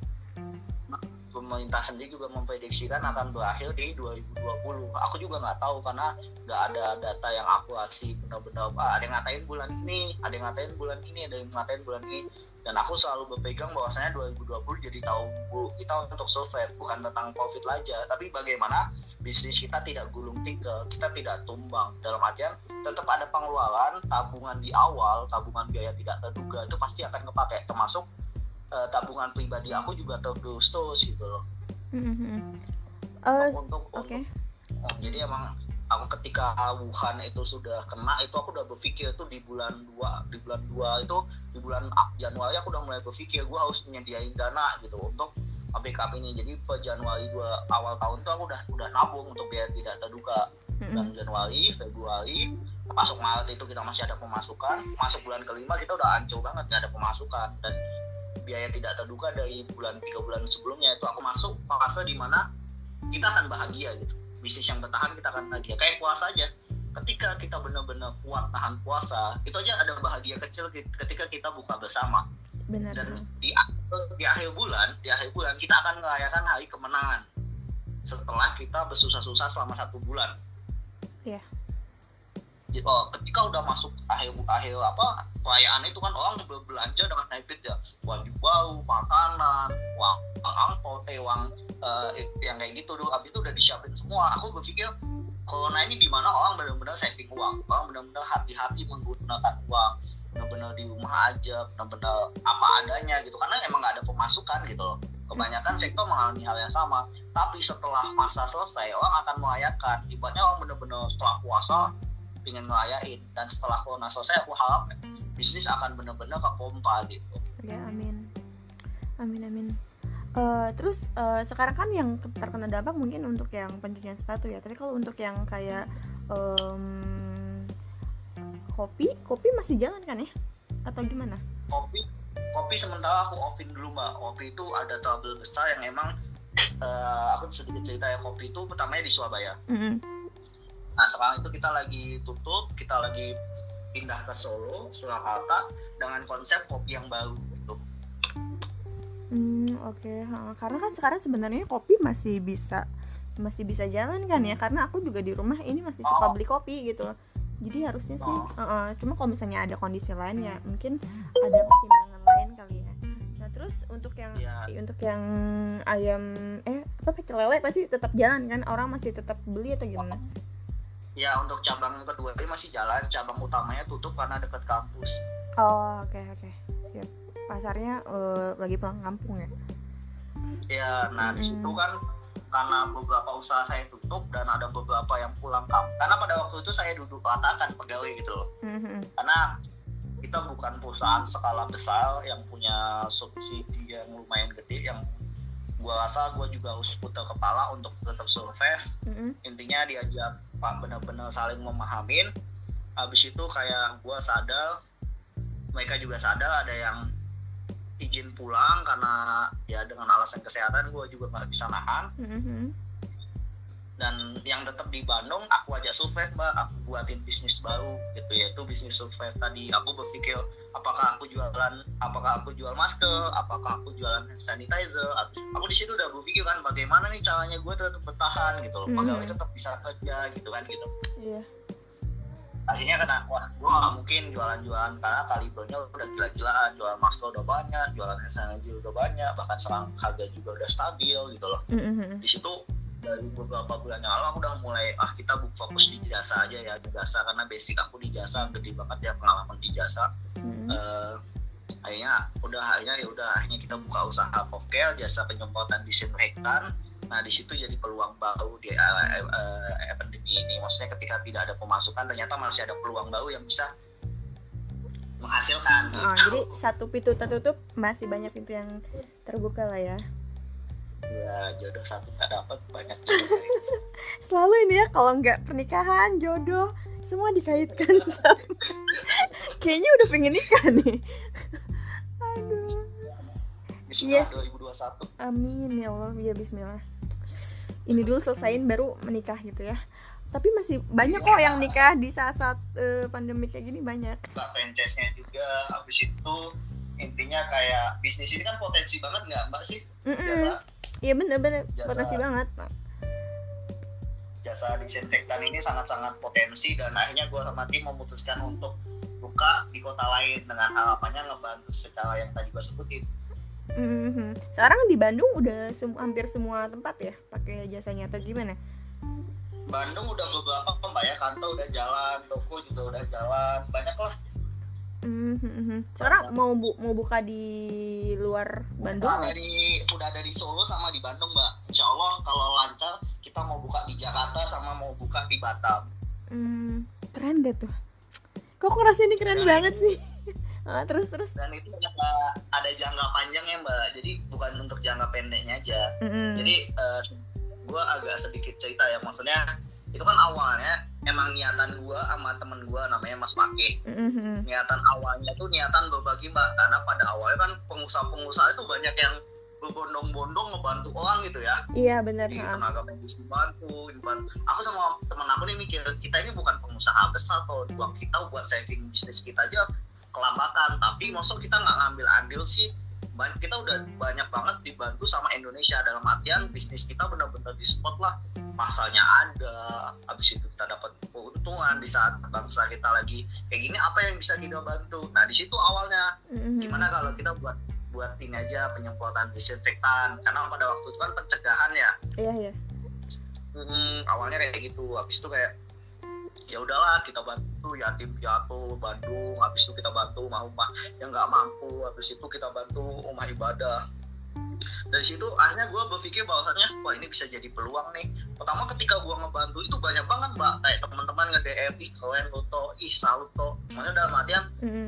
Pemerintah sendiri juga memprediksikan akan berakhir di dua ribu dua puluh. Aku juga nggak tahu karena nggak ada data yang akurasi benar-benar. Ah, ada yang ngatain bulan ini, ada yang ngatain bulan ini, ada yang ngatain bulan ini. Dan aku selalu berpegang bahwasanya dua ribu dua puluh jadi tahun kita untuk survive, bukan tentang profit aja, tapi bagaimana bisnis kita tidak gulung tikar, kita tidak tumbang. Dalam artian tetap ada pengeluaran, tabungan di awal, tabungan biaya tidak terduga itu pasti akan kepakai, termasuk uh, tabungan pribadi aku juga tergerus terus gitu loh. Mm-hmm. Uh, untuk okay. untuk oh, jadi emang aku ketika Wuhan itu sudah kena, itu aku udah berpikir tuh di bulan dua, di bulan dua itu di bulan Januari aku udah mulai berpikir gue harus menyediain dana gitu untuk backup ini. Jadi per Januari dua awal tahun tuh aku udah udah nabung untuk biar tidak terduga. Mm-hmm. Dan Januari, Februari, masuk Maret itu kita masih ada pemasukan, masuk bulan kelima kita udah hancur banget, nggak ada pemasukan. Dan biaya tidak terduga dari bulan tiga bulan sebelumnya, itu aku masuk fase di mana kita akan bahagia gitu. Bisnis yang bertahan kita akan bahagia. Kayak puasa aja. Ketika kita benar-benar kuat tahan puasa, itu aja ada bahagia kecil ketika kita buka bersama. Benar. Dan di, di akhir bulan, di akhir bulan kita akan merayakan hari kemenangan. Setelah kita bersusah-susah selama satu bulan. Iya. Yeah. Oh, ketika udah masuk akhir akhir apa perayaan itu kan orang berbelanja dengan habit ya, uang bau, makanan, uang angpau, eh, uang uh, yang kayak gitu dulu. Habis itu udah disiapin semua. Aku berpikir corona ini di mana orang benar-benar saving uang, orang benar-benar hati-hati menggunakan uang, benar-benar di rumah aja, benar-benar apa adanya gitu, karena emang nggak ada pemasukan gitu loh. Kebanyakan sektor mengalami hal yang sama. Tapi setelah masa selesai, orang akan merayakan. Ibaratnya orang benar-benar setelah puasa ingin ngerayain, dan setelah corona selesai aku harap bisnis akan benar-benar kepompa gitu. Ya, amin. Amin amin. Uh, terus uh, sekarang kan yang terkena dampak mungkin untuk yang pencucian sepatu ya. Tapi kalau untuk yang kayak um, kopi, kopi masih jalan kan ya? Atau gimana? Kopi, kopi sementara aku offin dulu mbak. Kopi itu ada trouble besar yang emang uh, aku sedikit cerita ya. Kopi itu pertamanya di Surabaya. Mm-hmm. Nah sekarang itu kita lagi tutup, kita lagi pindah ke Solo, Surakarta dengan konsep kopi yang baru gitu. Hmm oke, okay. Karena kan sekarang sebenarnya kopi masih bisa masih bisa jalan kan ya, karena aku juga di rumah ini masih suka oh. beli kopi gitu. Jadi harusnya sih, oh. uh-uh. cuma kalau misalnya ada kondisi lain ya mungkin ada pertimbangan lain kali ya. Nah terus untuk yang ya. untuk yang ayam eh apa pecel lele pasti tetap jalan kan, orang masih tetap beli atau gimana? Ya untuk cabang kedua ini masih jalan, cabang utamanya tutup karena dekat kampus. Oh oke okay, oke, okay. Siap. Pasarnya uh, lagi pulang kampung ya? Ya, nah mm-hmm. di situ kan karena beberapa usaha saya tutup dan ada beberapa yang pulang kampung. Karena pada waktu itu saya duduk ratakan pegawai gitu loh. Mm-hmm. Karena kita bukan perusahaan skala besar yang punya subsidi yang lumayan gede, yang gua rasa gua juga harus putar kepala untuk tetap survive. Mm-hmm. Intinya diajak Pak benar-benar saling memahamin. Habis itu kayak gue sadar, mereka juga sadar, ada yang izin pulang karena ya dengan alasan kesehatan, gue juga nggak bisa nahan. Mm-hmm. Dan yang tetap di Bandung aku ajak survive mbak, aku buatin bisnis baru gitu, yaitu bisnis survive tadi. Aku berpikir apakah aku jualan, apakah aku jual masker, apakah aku jualan hand sanitizer. Aku di situ udah berpikir kan bagaimana nih caranya gue tetap bertahan gitu loh, mm-hmm. pegawai tetap bisa kerja gitu kan gitu. Iya. Yeah. Akhirnya kena, wah gue gak mungkin jualan-jualan karena kalibernya udah gila-gilaan, jualan masker udah banyak, jualan hand sanitizer udah banyak, bahkan sekarang harga juga udah stabil gitu loh. Mm-hmm. Di situ dari beberapa bulan yang lalu aku udah mulai ah kita fokus di jasa aja ya, di jasa karena basic aku di jasa gede banget ya, pengalaman di jasa. Mm-hmm. uh, akhirnya udah akhirnya ya udah akhirnya kita buka usaha Cough Care, jasa penyemprotan disinfektan. Nah di situ jadi peluang baru di uh, uh, pandemi ini, maksudnya ketika tidak ada pemasukan ternyata masih ada peluang baru yang bisa menghasilkan. Oh, gitu. Jadi satu pintu tertutup masih banyak pintu yang terbuka lah ya. Ya jodoh satu nggak dapat banyak. Selalu ini ya kalau nggak pernikahan jodoh semua dikaitkan sama. Kayaknya udah pengen nikah nih. Aduh. Bismillah yes. dua ribu dua puluh satu. Amin ya Allah, ya Bismillah. Ini dulu selesaiin baru menikah gitu ya. Tapi masih banyak kok yang nikah di saat-saat uh, pandemi kayak gini, banyak. Franchise-nya juga, habis itu intinya kayak bisnis ini kan potensi banget nggak mbak sih? Jasa. Iya bener-bener potensi banget. Jasa disinfektan ini sangat-sangat potensi dan akhirnya gue sama tim memutuskan untuk buka di kota lain dengan harapannya ngebantu secara yang tadi gue sebutin. Mm-hmm. Sekarang di Bandung udah sem- hampir semua tempat ya pakai jasanya atau gimana? Bandung udah beberapa mbak ya, kantor udah jalan, toko juga udah jalan, banyak lah. Mm-hmm. Sekarang mau bu- mau buka di luar Bandung? Udah ada di udah ada di Solo sama di Bandung mbak. Insya Allah kalau lancar kita mau buka di Jakarta sama mau buka di Batam. Mm, keren deh tuh. Kok aku ngerasa ini keren dan banget itu, sih. Ah, terus terus. Dan itu ada, ada jangka panjangnya mbak. Jadi bukan untuk jangka pendeknya aja. Mm-hmm. Jadi uh, gue agak sedikit cerita ya, maksudnya itu kan awalnya emang niatan gue sama temen gue namanya Mas Pake. Mm-hmm. Niatan awalnya tuh niatan berbagi mbak, karena pada awalnya kan pengusaha-pengusaha itu banyak yang berbondong-bondong ngebantu orang gitu ya. Iya benar. Di tenaga medis dibantu, dibantu. Aku sama temen aku nih mikir, kita ini bukan pengusaha besar atau uang kita buat saving bisnis kita aja kelambakan, tapi maksud kita nggak ngambil andil sih. Kita udah banyak banget dibantu sama Indonesia, dalam artian bisnis kita benar-benar di spot lah, pasalnya ada, habis itu kita dapat keuntungan di saat bangsa kita lagi kayak gini, apa yang bisa kita bantu. Nah di situ awalnya mm-hmm. gimana kalau kita buat buat ini aja penyemprotan disinfektan, karena pada waktu itu kan pencegahan ya. Iya iya. Hmm, awalnya kayak gitu, habis itu kayak ya udahlah kita bantu yatim piatu Bandung, habis itu kita bantu rumah-rumah yang nggak mampu, habis itu kita bantu rumah ibadah. Dari situ akhirnya gue berpikir bahwasannya wah ini bisa jadi peluang nih. Pertama ketika gue ngebantu itu banyak banget mbak, kayak teman-teman nge-D M, ih keren lo toh, ih salut toh, maksudnya dalam artian mm-hmm.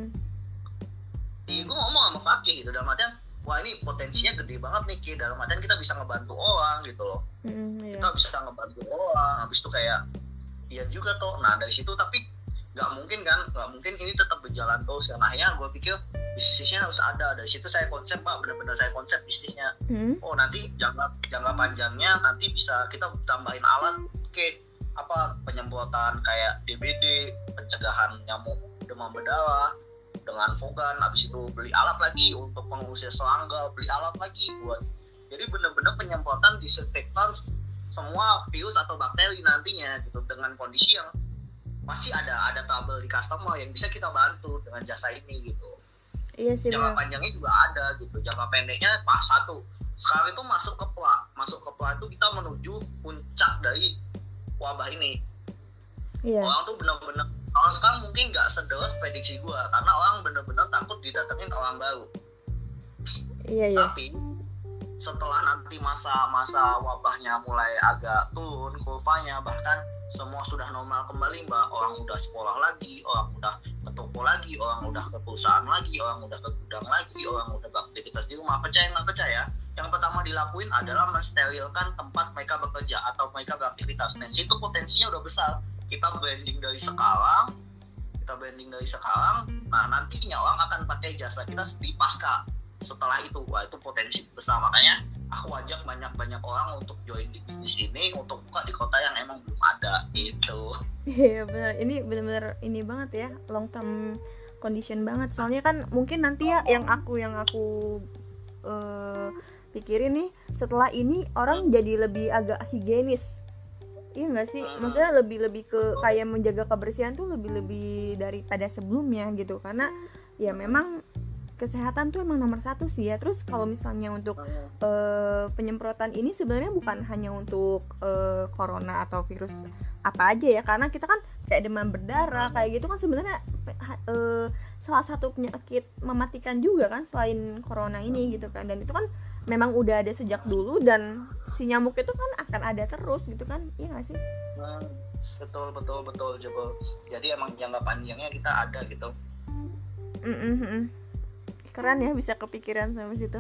ih gue ngomong sama Fakih gitu, dalam artian wah ini potensinya gede banget nih Ki, dalam artian kita bisa ngebantu orang gitu loh. Mm-hmm, yeah. Kita bisa ngebantu orang, habis itu kayak iya juga toh. Nah dari situ tapi nggak mungkin kan, nggak mungkin ini tetap berjalan terus, karena akhirnya gue pikir bisnisnya harus ada. Dari situ saya konsep pak, benar-benar saya konsep bisnisnya. Hmm. Oh nanti jangka jangka panjangnya nanti bisa kita tambahin alat, oke apa penyemprotan kayak D B D, pencegahan nyamuk demam berdarah dengan Fogan, habis itu beli alat lagi untuk pengusir serangga, beli alat lagi buat jadi benar-benar penyemprotan disinfektan semua virus atau bakteri nantinya gitu, dengan kondisi yang masih ada ada tabel di customer yang bisa kita bantu dengan jasa ini gitu. Iya sih. Jangka panjangnya juga ada gitu, jangka pendeknya pas satu. Sekarang itu masuk ke pla, masuk ke pla itu kita menuju puncak dari wabah ini. Iya. Orang tuh benar-benar kalau sekarang mungkin nggak sederas prediksi gua, karena orang benar-benar takut didatengin orang baru. Iya iya. Tapi setelah nanti masa-masa wabahnya mulai agak turun kurvanya, bahkan semua sudah normal kembali mbak, orang udah sekolah lagi, orang udah ke toko lagi, orang udah ke perusahaan lagi, orang udah ke gudang lagi, orang udah beraktivitas di rumah. Percaya nggak percaya, yang pertama dilakuin adalah mensterilkan tempat mereka bekerja atau mereka beraktivitas. Nah situ potensinya udah besar, kita branding dari sekarang kita branding dari sekarang nah nantinya orang akan pakai jasa kita di pasca setelah itu. Wah itu potensi besar, makanya aku ajak banyak-banyak orang untuk join di bisnis ini, untuk buka di kota yang emang belum ada gitu. Iya benar, ini benar-benar ini banget ya, long term condition banget. Soalnya kan mungkin nanti ya yang aku yang aku uh, pikirin nih, setelah ini orang jadi lebih agak higienis. Iya nggak sih? Maksudnya lebih-lebih ke kayak menjaga kebersihan tuh lebih-lebih daripada sebelumnya gitu, karena ya memang kesehatan tuh emang nomor satu sih ya. Terus kalau misalnya untuk uh, penyemprotan ini sebenarnya bukan hanya untuk uh, corona atau virus apa aja ya, karena kita kan kayak demam berdarah kayak gitu kan sebenarnya uh, salah satu penyakit mematikan juga kan selain corona ini gitu kan, dan itu kan memang udah ada sejak dulu dan si nyamuk itu kan akan ada terus gitu kan, iya nggak sih? Hmm, betul betul betul Jebol. Jadi emang jangka panjangnya kita ada gitu. Mm-mm. Keren ya bisa kepikiran sampai situ.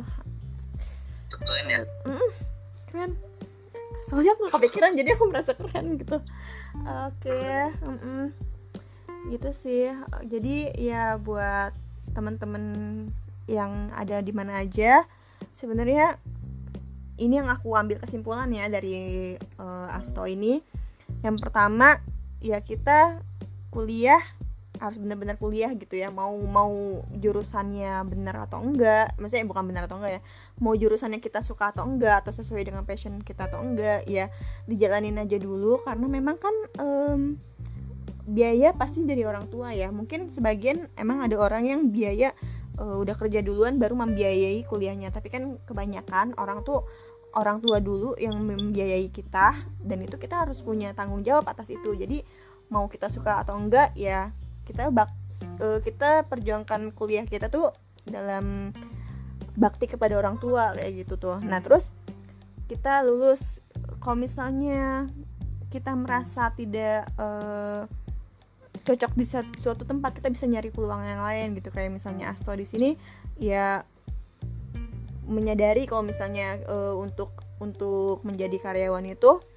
Keren ya. Mm, keren. Soalnya aku gak kepikiran jadi aku merasa keren gitu. Oke, okay. mm-mm. gitu sih. Jadi ya buat teman-teman yang ada di mana aja, sebenarnya ini yang aku ambil kesimpulannya dari uh, Asto ini. Yang pertama ya kita kuliah harus benar-benar kuliah gitu ya, mau mau jurusannya benar atau enggak, maksudnya bukan benar atau enggak ya, mau jurusannya kita suka atau enggak atau sesuai dengan passion kita atau enggak, ya dijalanin aja dulu, karena memang kan um, biaya pasti dari orang tua ya. Mungkin sebagian emang ada orang yang biaya uh, udah kerja duluan baru membiayai kuliahnya, tapi kan kebanyakan orang tuh orang tua dulu yang membiayai kita, dan itu kita harus punya tanggung jawab atas itu. Jadi mau kita suka atau enggak ya kita bak uh, kita perjuangkan kuliah kita tuh dalam bakti kepada orang tua kayak gitu tuh. Nah terus kita lulus, kalau misalnya kita merasa tidak uh, cocok di suatu tempat, kita bisa nyari peluang yang lain gitu. Kayak misalnya Asto di sini ya menyadari kalau misalnya uh, untuk untuk menjadi karyawan itu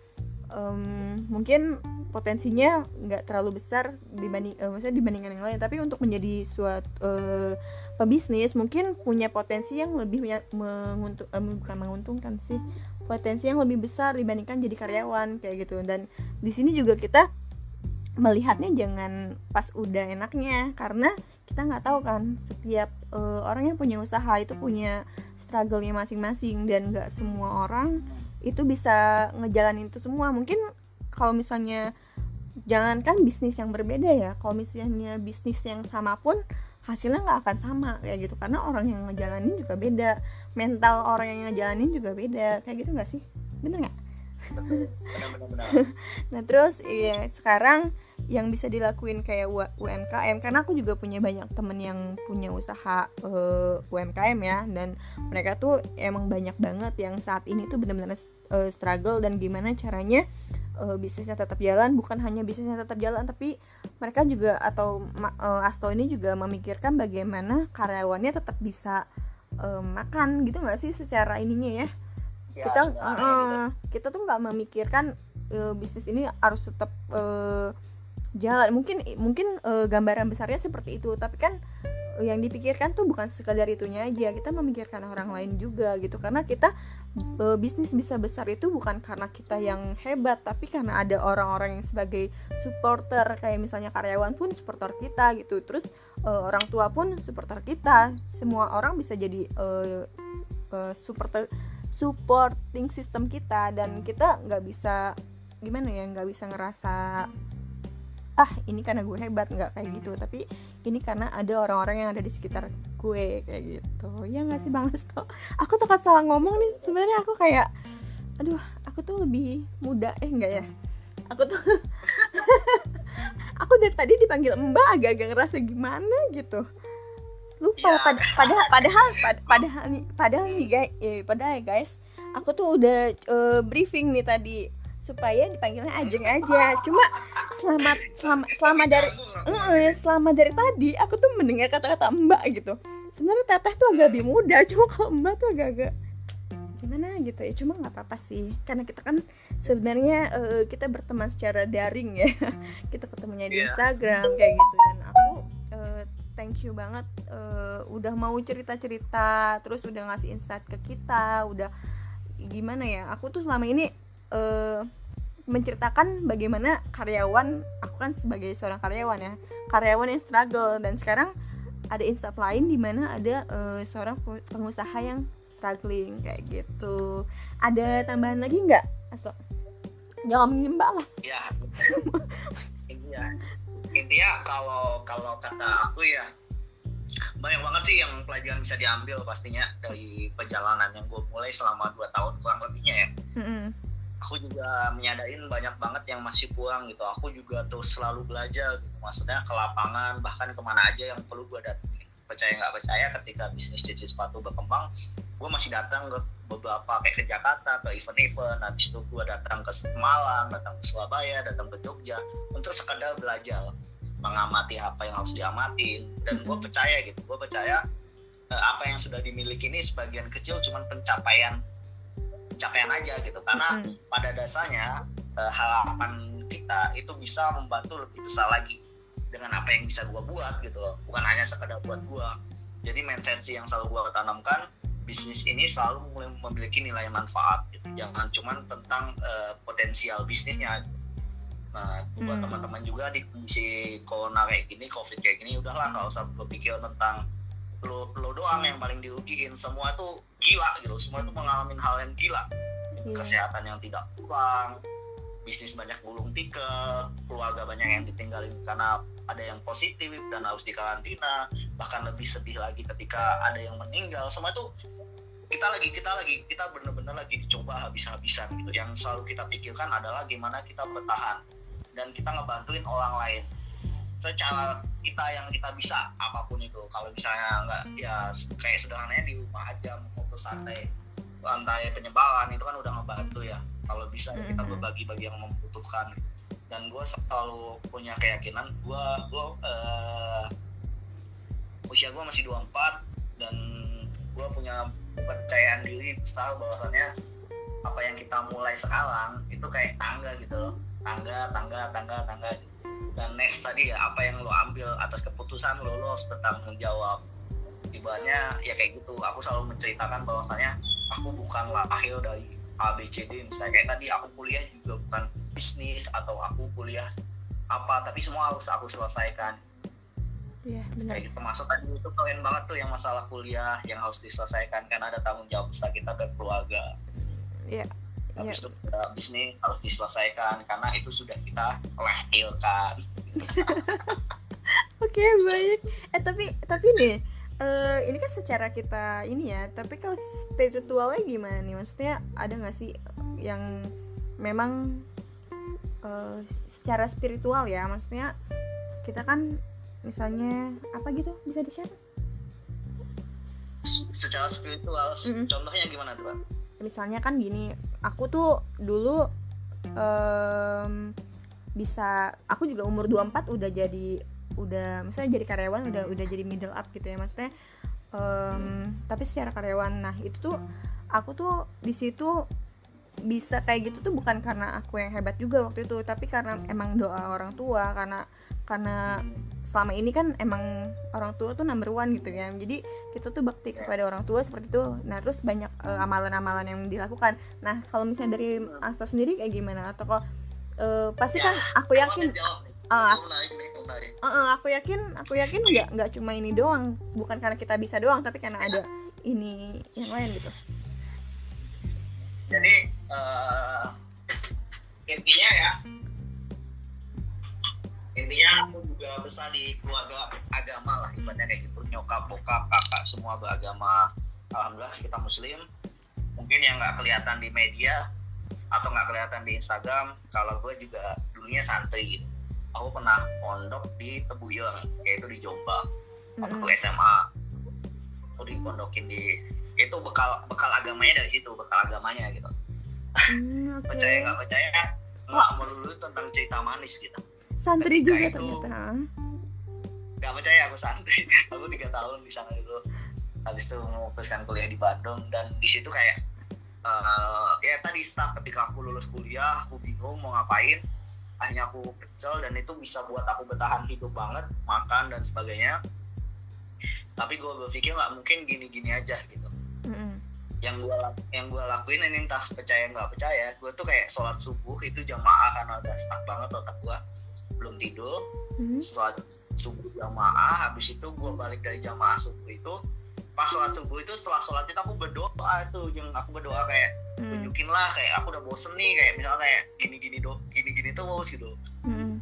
um, mungkin potensinya nggak terlalu besar dibanding uh, maksudnya dibandingkan yang lain, tapi untuk menjadi suatu uh, pebisnis mungkin punya potensi yang lebih menguntung, uh, bukan menguntungkan sih, potensi yang lebih besar dibandingkan jadi karyawan kayak gitu. Dan di sini juga kita melihatnya jangan pas udah enaknya, karena kita nggak tahu kan setiap uh, orang yang punya usaha itu punya struggle-nya masing-masing, dan nggak semua orang itu bisa ngejalanin itu semua. Mungkin kalau misalnya jangankan bisnis yang berbeda ya, kalau misalnya bisnis yang sama pun hasilnya nggak akan sama kayak gitu, karena orang yang ngejalanin juga beda, mental orang yang ngejalanin juga beda kayak gitu, nggak sih? Bener nggak? Nah terus ya sekarang yang bisa dilakuin kayak U M K M, karena aku juga punya banyak temen yang punya usaha uh, U M K M ya, dan mereka tuh emang banyak banget yang saat ini tuh benar-benar uh, struggle dan gimana caranya uh, bisnisnya tetap jalan. Bukan hanya bisnisnya tetap jalan, tapi mereka juga atau uh, Asto ini juga memikirkan bagaimana karyawannya tetap bisa uh, makan gitu nggak sih secara ininya ya. Ya, kita uh, uh, kita tuh nggak memikirkan uh, bisnis ini harus tetap uh, jalan. Mungkin mungkin uh, gambaran besarnya seperti itu, tapi kan uh, yang dipikirkan tuh bukan sekadar itunya aja, kita memikirkan orang lain juga gitu. Karena kita uh, bisnis bisa besar itu bukan karena kita yang hebat, tapi karena ada orang-orang yang sebagai supporter, kayak misalnya karyawan pun supporter kita gitu, terus uh, orang tua pun supporter kita. Semua orang bisa jadi uh, uh, supporter supporting system kita, dan kita nggak bisa gimana ya, nggak bisa ngerasa ah ini karena gue hebat, nggak kayak gitu, tapi ini karena ada orang-orang yang ada di sekitar gue kayak gitu. Ya nggak sih Bang Asto? Aku tuh salah ngomong nih sebenarnya. Aku kayak aduh, aku tuh lebih muda eh enggak ya, aku tuh aku dari tadi dipanggil Mbak agak-agak ngerasa gimana gitu, lupa ya. Pad- padahal padahal pad- padahal nih padahal nih guys eh, padahal guys aku tuh udah uh, briefing nih tadi supaya dipanggilnya Ajeng aja. Cuma selama selama selama dari uh, selama dari tadi aku tuh mendengar kata-kata Mbak gitu. Sebenarnya Teteh tuh agak lebih muda, cuma kalau Mbak tuh agak-agak gimana gitu ya. Cuma nggak apa-apa sih, karena kita kan sebenarnya uh, kita berteman secara daring ya. Kita ketemunya di Instagram kayak gitu, dan aku uh, thank you banget uh, udah mau cerita-cerita, terus udah ngasih insight ke kita, udah gimana ya. Aku tuh selama ini uh, menceritakan bagaimana karyawan, aku kan sebagai seorang karyawan ya, karyawan yang struggle, dan sekarang ada insight lain di mana ada uh, seorang pengusaha yang struggling kayak gitu. Ada tambahan lagi nggak? Atau jangan mengimbak lah. Ya, intinya intinya kalau kalau kata aku ya, banyak banget sih yang pelajaran bisa diambil pastinya dari perjalanan yang gue mulai selama dua tahun kurang lebihnya ya. Mm-hmm. Aku juga menyadarin banyak banget yang masih kurang gitu. Aku juga terus selalu belajar gitu, maksudnya ke lapangan, bahkan kemana aja yang perlu gue datangin. Percaya nggak percaya, ketika bisnis cuci sepatu berkembang, gue masih datang ke beberapa kayak ke Jakarta, ke event-event. Habis itu gue datang ke Malang, datang ke Surabaya, datang ke Jogja untuk sekadar belajar, mengamati apa yang harus diamatin. Dan gue percaya gitu, gue percaya eh, apa yang sudah dimiliki ini sebagian kecil cuman pencapaian pencapaian aja gitu, karena mm-hmm. pada dasarnya eh, harapan kita itu bisa membantu lebih besar lagi dengan apa yang bisa gue buat gitu loh, bukan hanya sekedar buat gue. Jadi mindset yang selalu gue tanamkan, bisnis ini selalu memiliki nilai manfaat gitu. Jangan cuman tentang uh, potensial bisnisnya. Nah, buat hmm. teman-teman juga di kondisi corona kayak gini, covid kayak gini, udahlah nggak usah berpikir tentang lo lo doang yang paling dirugiin. Semua tuh gila gitu, semua tuh mengalami hal yang gila. Hmm. Kesehatan yang tidak kurang, bisnis banyak gulung tikar, keluarga banyak yang ditinggalin karena ada yang positif dan harus dikarantina, bahkan lebih sedih lagi ketika ada yang meninggal. Semua itu kita lagi kita lagi kita benar-benar lagi dicoba habis-habisan gitu. Yang selalu kita pikirkan adalah gimana kita bertahan dan kita ngebantuin orang lain secara kita yang kita bisa, apapun itu. Kalau misalnya nggak, ya kayak sederhananya di rumah aja mau santai rantai penyebaran itu kan udah ngebantu ya. Kalau bisa ya kita berbagi bagi yang membutuhkan. Dan gue selalu punya keyakinan, gue gue uh, usia gue masih dua puluh empat dan gue punya kepercayaan diri besar bahwasannya apa yang kita mulai sekarang itu kayak tangga gitu loh, tangga tangga tangga tangga dan next tadi ya apa yang lo ambil atas keputusan lo lo harus bertanggung jawab. Ibaratnya ya kayak gitu, aku selalu menceritakan bahwasanya aku bukan lahir dari A B C D, misalnya kayak tadi aku kuliah juga bukan bisnis atau aku kuliah apa, tapi semua harus aku selesaikan. Iya, benar. Kayak gitu, masuk tadi itu keren banget tuh yang masalah kuliah yang harus diselesaikan karena ada tanggung jawab besar kita ke keluarga. Iya. Habis Iya. itu uh, bisnis harus diselesaikan karena itu sudah kita lahirkan. Oke, baik. Eh tapi tapi nih, eh, ini kan secara kita ini ya, tapi kalau spiritualnya gimana nih? Maksudnya ada nggak sih yang memang eh, secara spiritual ya? Maksudnya kita kan misalnya apa gitu bisa di-share? Secara spiritual, Mm-mm. contohnya gimana tuh, Pak? Misalnya kan gini, aku tuh dulu em, bisa, aku juga umur dua puluh empat udah jadi udah misalnya jadi karyawan, udah udah jadi middle up gitu ya, maksudnya em, tapi secara karyawan. Nah itu tuh aku tuh di situ bisa kayak gitu tuh bukan karena aku yang hebat juga waktu itu, tapi karena emang doa orang tua, karena karena selama ini kan emang orang tua tuh number one gitu ya, jadi kita tuh bakti kepada orang tua seperti itu. Nah terus banyak uh, amalan-amalan yang dilakukan. Nah kalau misalnya dari Asto sendiri kayak gimana? Atau kok uh, pasti kan aku yakin uh, uh, uh, aku yakin aku yakin nggak nggak cuma ini doang, bukan karena kita bisa doang, tapi karena ada ini yang lain gitu. Jadi uh, intinya ya, intinya aku juga besar di keluarga agama lah, ibaratnya kayak gitu, nyokap, bokap, kakak semua beragama. Alhamdulillah kita muslim. Mungkin yang nggak kelihatan di media atau nggak kelihatan di Instagram, kalau gue juga dulunya santri gitu. Aku pernah pondok di Tebuyong, yaitu di Jombang, waktu Mm-mm. S M A. Aku dipondokin di, itu bekal bekal agamanya dari situ, bekal agamanya gitu. Hmm, oke. Percaya nggak percaya, nggak melulu tentang cerita manis gitu. Santri Ketika juga itu, ternyata. nggak percaya aku santri. Aku tiga tahun di sana dulu. Habis itu memutuskan kuliah di Bandung, dan di situ kayak uh, ya tadi start ketika aku lulus kuliah, aku bingung mau ngapain. Akhirnya aku pecel, dan itu bisa buat aku bertahan hidup banget, makan dan sebagainya. Tapi gue berpikir nggak mungkin gini-gini aja gitu. Mm-mm. Yang gue yang gue lakuin ini, entah percaya nggak percaya, gue tuh kayak sholat subuh itu jamaah karena udah stuck banget otak gue, belum tidur. Mm-hmm. Sholat subuh jamaah, habis itu gue balik dari jamaah subuh itu, pas sholat subuh itu setelah sholat itu aku berdoa tuh, yang aku berdoa kayak Mm-hmm. tunjukin lah, kayak aku udah bosen nih, kayak misalnya kayak gini-gini do, gini-gini terus gitu, Mm-hmm.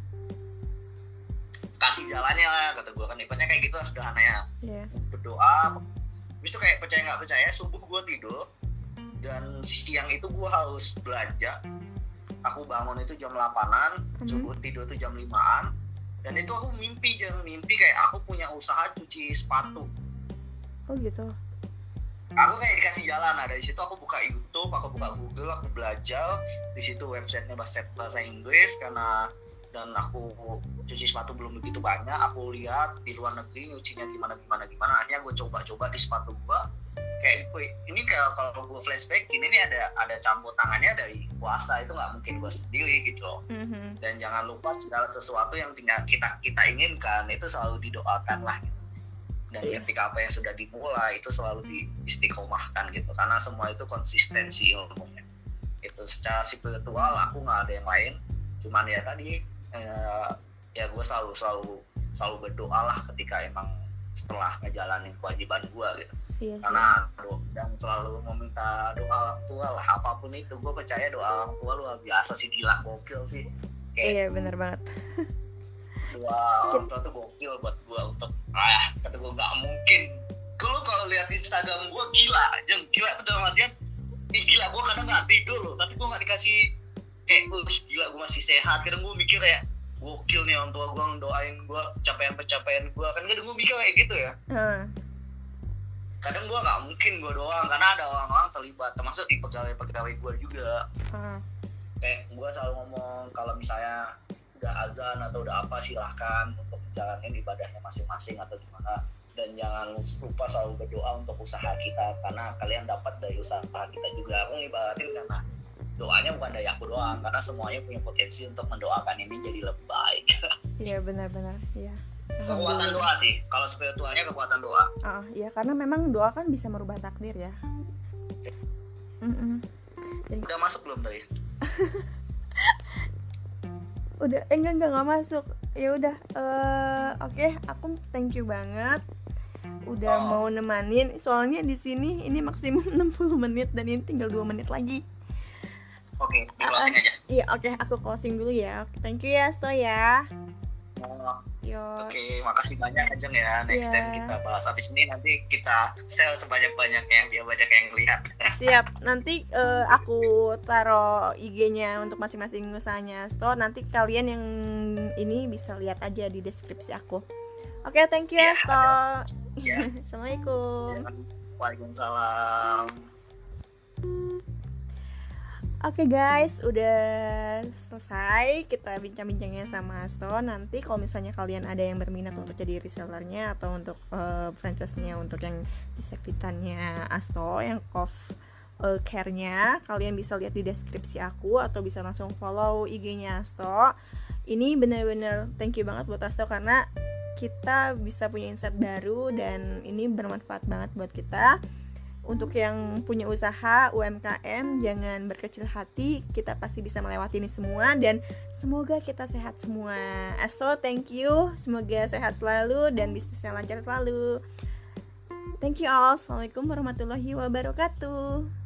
kasih jalannya lah kata gue kan, ibaratnya kayak gitu sederhana ya. Yeah. Berdoa, habis itu kayak percaya nggak percaya, subuh gue tidur, dan siang itu gue harus belanja. Aku bangun itu jam delapanan, Mm-hmm. subuh tidur itu jam limaan, dan itu aku mimpi, jangan mimpi kayak aku punya usaha cuci sepatu. Oh gitu. Aku kayak dikasih jalan. Nah dari situ aku buka YouTube, aku buka Google, aku belajar. Di situ websitenya bahasa bahasa Inggris, karena dan aku cuci sepatu belum begitu banyak. Aku lihat di luar negeri nyucinya gimana gimana gimana. Akhirnya gue coba-coba di sepatu gue. Kayak ini kalau kalau gue flashback, ini nih ada ada campur tangannya dari kuasa, itu nggak mungkin gue sendiri gitu loh. Mm-hmm. Dan jangan lupa segala sesuatu yang tinggal kita kita inginkan itu selalu didoakan lah. Dan Iya. ketika apa yang sudah dimulai itu selalu diistiqomahkan gitu, karena semua itu konsistensi ilmunya. Itu secara spiritual aku nggak ada yang lain, cuman ya tadi eh, ya gue selalu selalu selalu berdoa lah ketika emang setelah ngejalanin kewajiban gue gitu. Iya sih. Karena do- dan selalu meminta doa orang tua lah, apapun itu. Gue percaya doa orang tua luar biasa sih, gila, gokil sih. Kayak Iya benar banget. doa orang tua tuh gokil buat gue untuk ah kata gue nggak mungkin. Kalau kalau lihat Instagram gue gila, yang gila itu dalam artian ih gila, gue kadang nggak tidur loh, tapi gue nggak dikasih kayak gue gila, gue masih sehat. Kadang gue mikir kayak gokil nih orang tua gue ngedoain gue pencapaian-pencapaian gue, kan kadang gue mikir kayak gitu ya. Uh. Kadang gue nggak mungkin gue doang, karena ada orang-orang terlibat, termasuk di pegawai-pegawai gue juga. Uh. Kayak gue selalu ngomong kalau misalnya udah azan atau udah apa, silahkan untuk menjalani ibadahnya masing-masing atau gimana, dan jangan lupa selalu berdoa untuk usaha kita, karena kalian dapat dari usaha kita juga. Aku ngibaratin karena doanya bukan dari aku doang, karena semuanya punya potensi untuk mendoakan ini jadi lebih baik. Iya benar-benar, iya. Kekuatan doa sih, kalau spiritualnya kekuatan doa. Ah, iya karena memang doa kan bisa merubah takdir ya. Mm-mm. Dan... Udah masuk belum tadi? Udah, eh, enggak enggak enggak masuk. Ya udah, uh, oke, okay, aku thank you banget udah oh. mau nemanin. Soalnya di sini ini maksimum enam puluh menit dan ini tinggal dua menit lagi. Oke, okay, di closing uh, aja. Iya, oke, okay, aku closing dulu ya. Thank you ya, Sto ya. Oh. Oke, okay, makasih banyak Ajeng ya. Next yeah. time kita bahas habis ini, nanti kita sell sebanyak-banyaknya biar banyak yang lihat. Siap. Nanti uh, aku taruh I G-nya untuk masing-masing usahanya Sto. Nanti kalian yang ini bisa lihat aja di deskripsi aku. Oke, okay, thank you ya, Sto. Yeah. Assalamualaikum. Waalaikumsalam. Oke okay guys, udah selesai kita bincang-bincangnya sama Asto. Nanti kalau misalnya kalian ada yang berminat untuk jadi resellernya atau untuk uh, franchise-nya untuk yang disekitarnya Asto, yang Cough uh, Care-nya, kalian bisa lihat di deskripsi aku atau bisa langsung follow I G-nya Asto. Ini bener-bener thank you banget buat Asto karena kita bisa punya insight baru dan ini bermanfaat banget buat kita. Untuk yang punya usaha U M K M, jangan berkecil hati, kita pasti bisa melewati ini semua dan semoga kita sehat semua. Asto, thank you, semoga sehat selalu dan bisnisnya lancar selalu. Thank you all, assalamualaikum warahmatullahi wabarakatuh.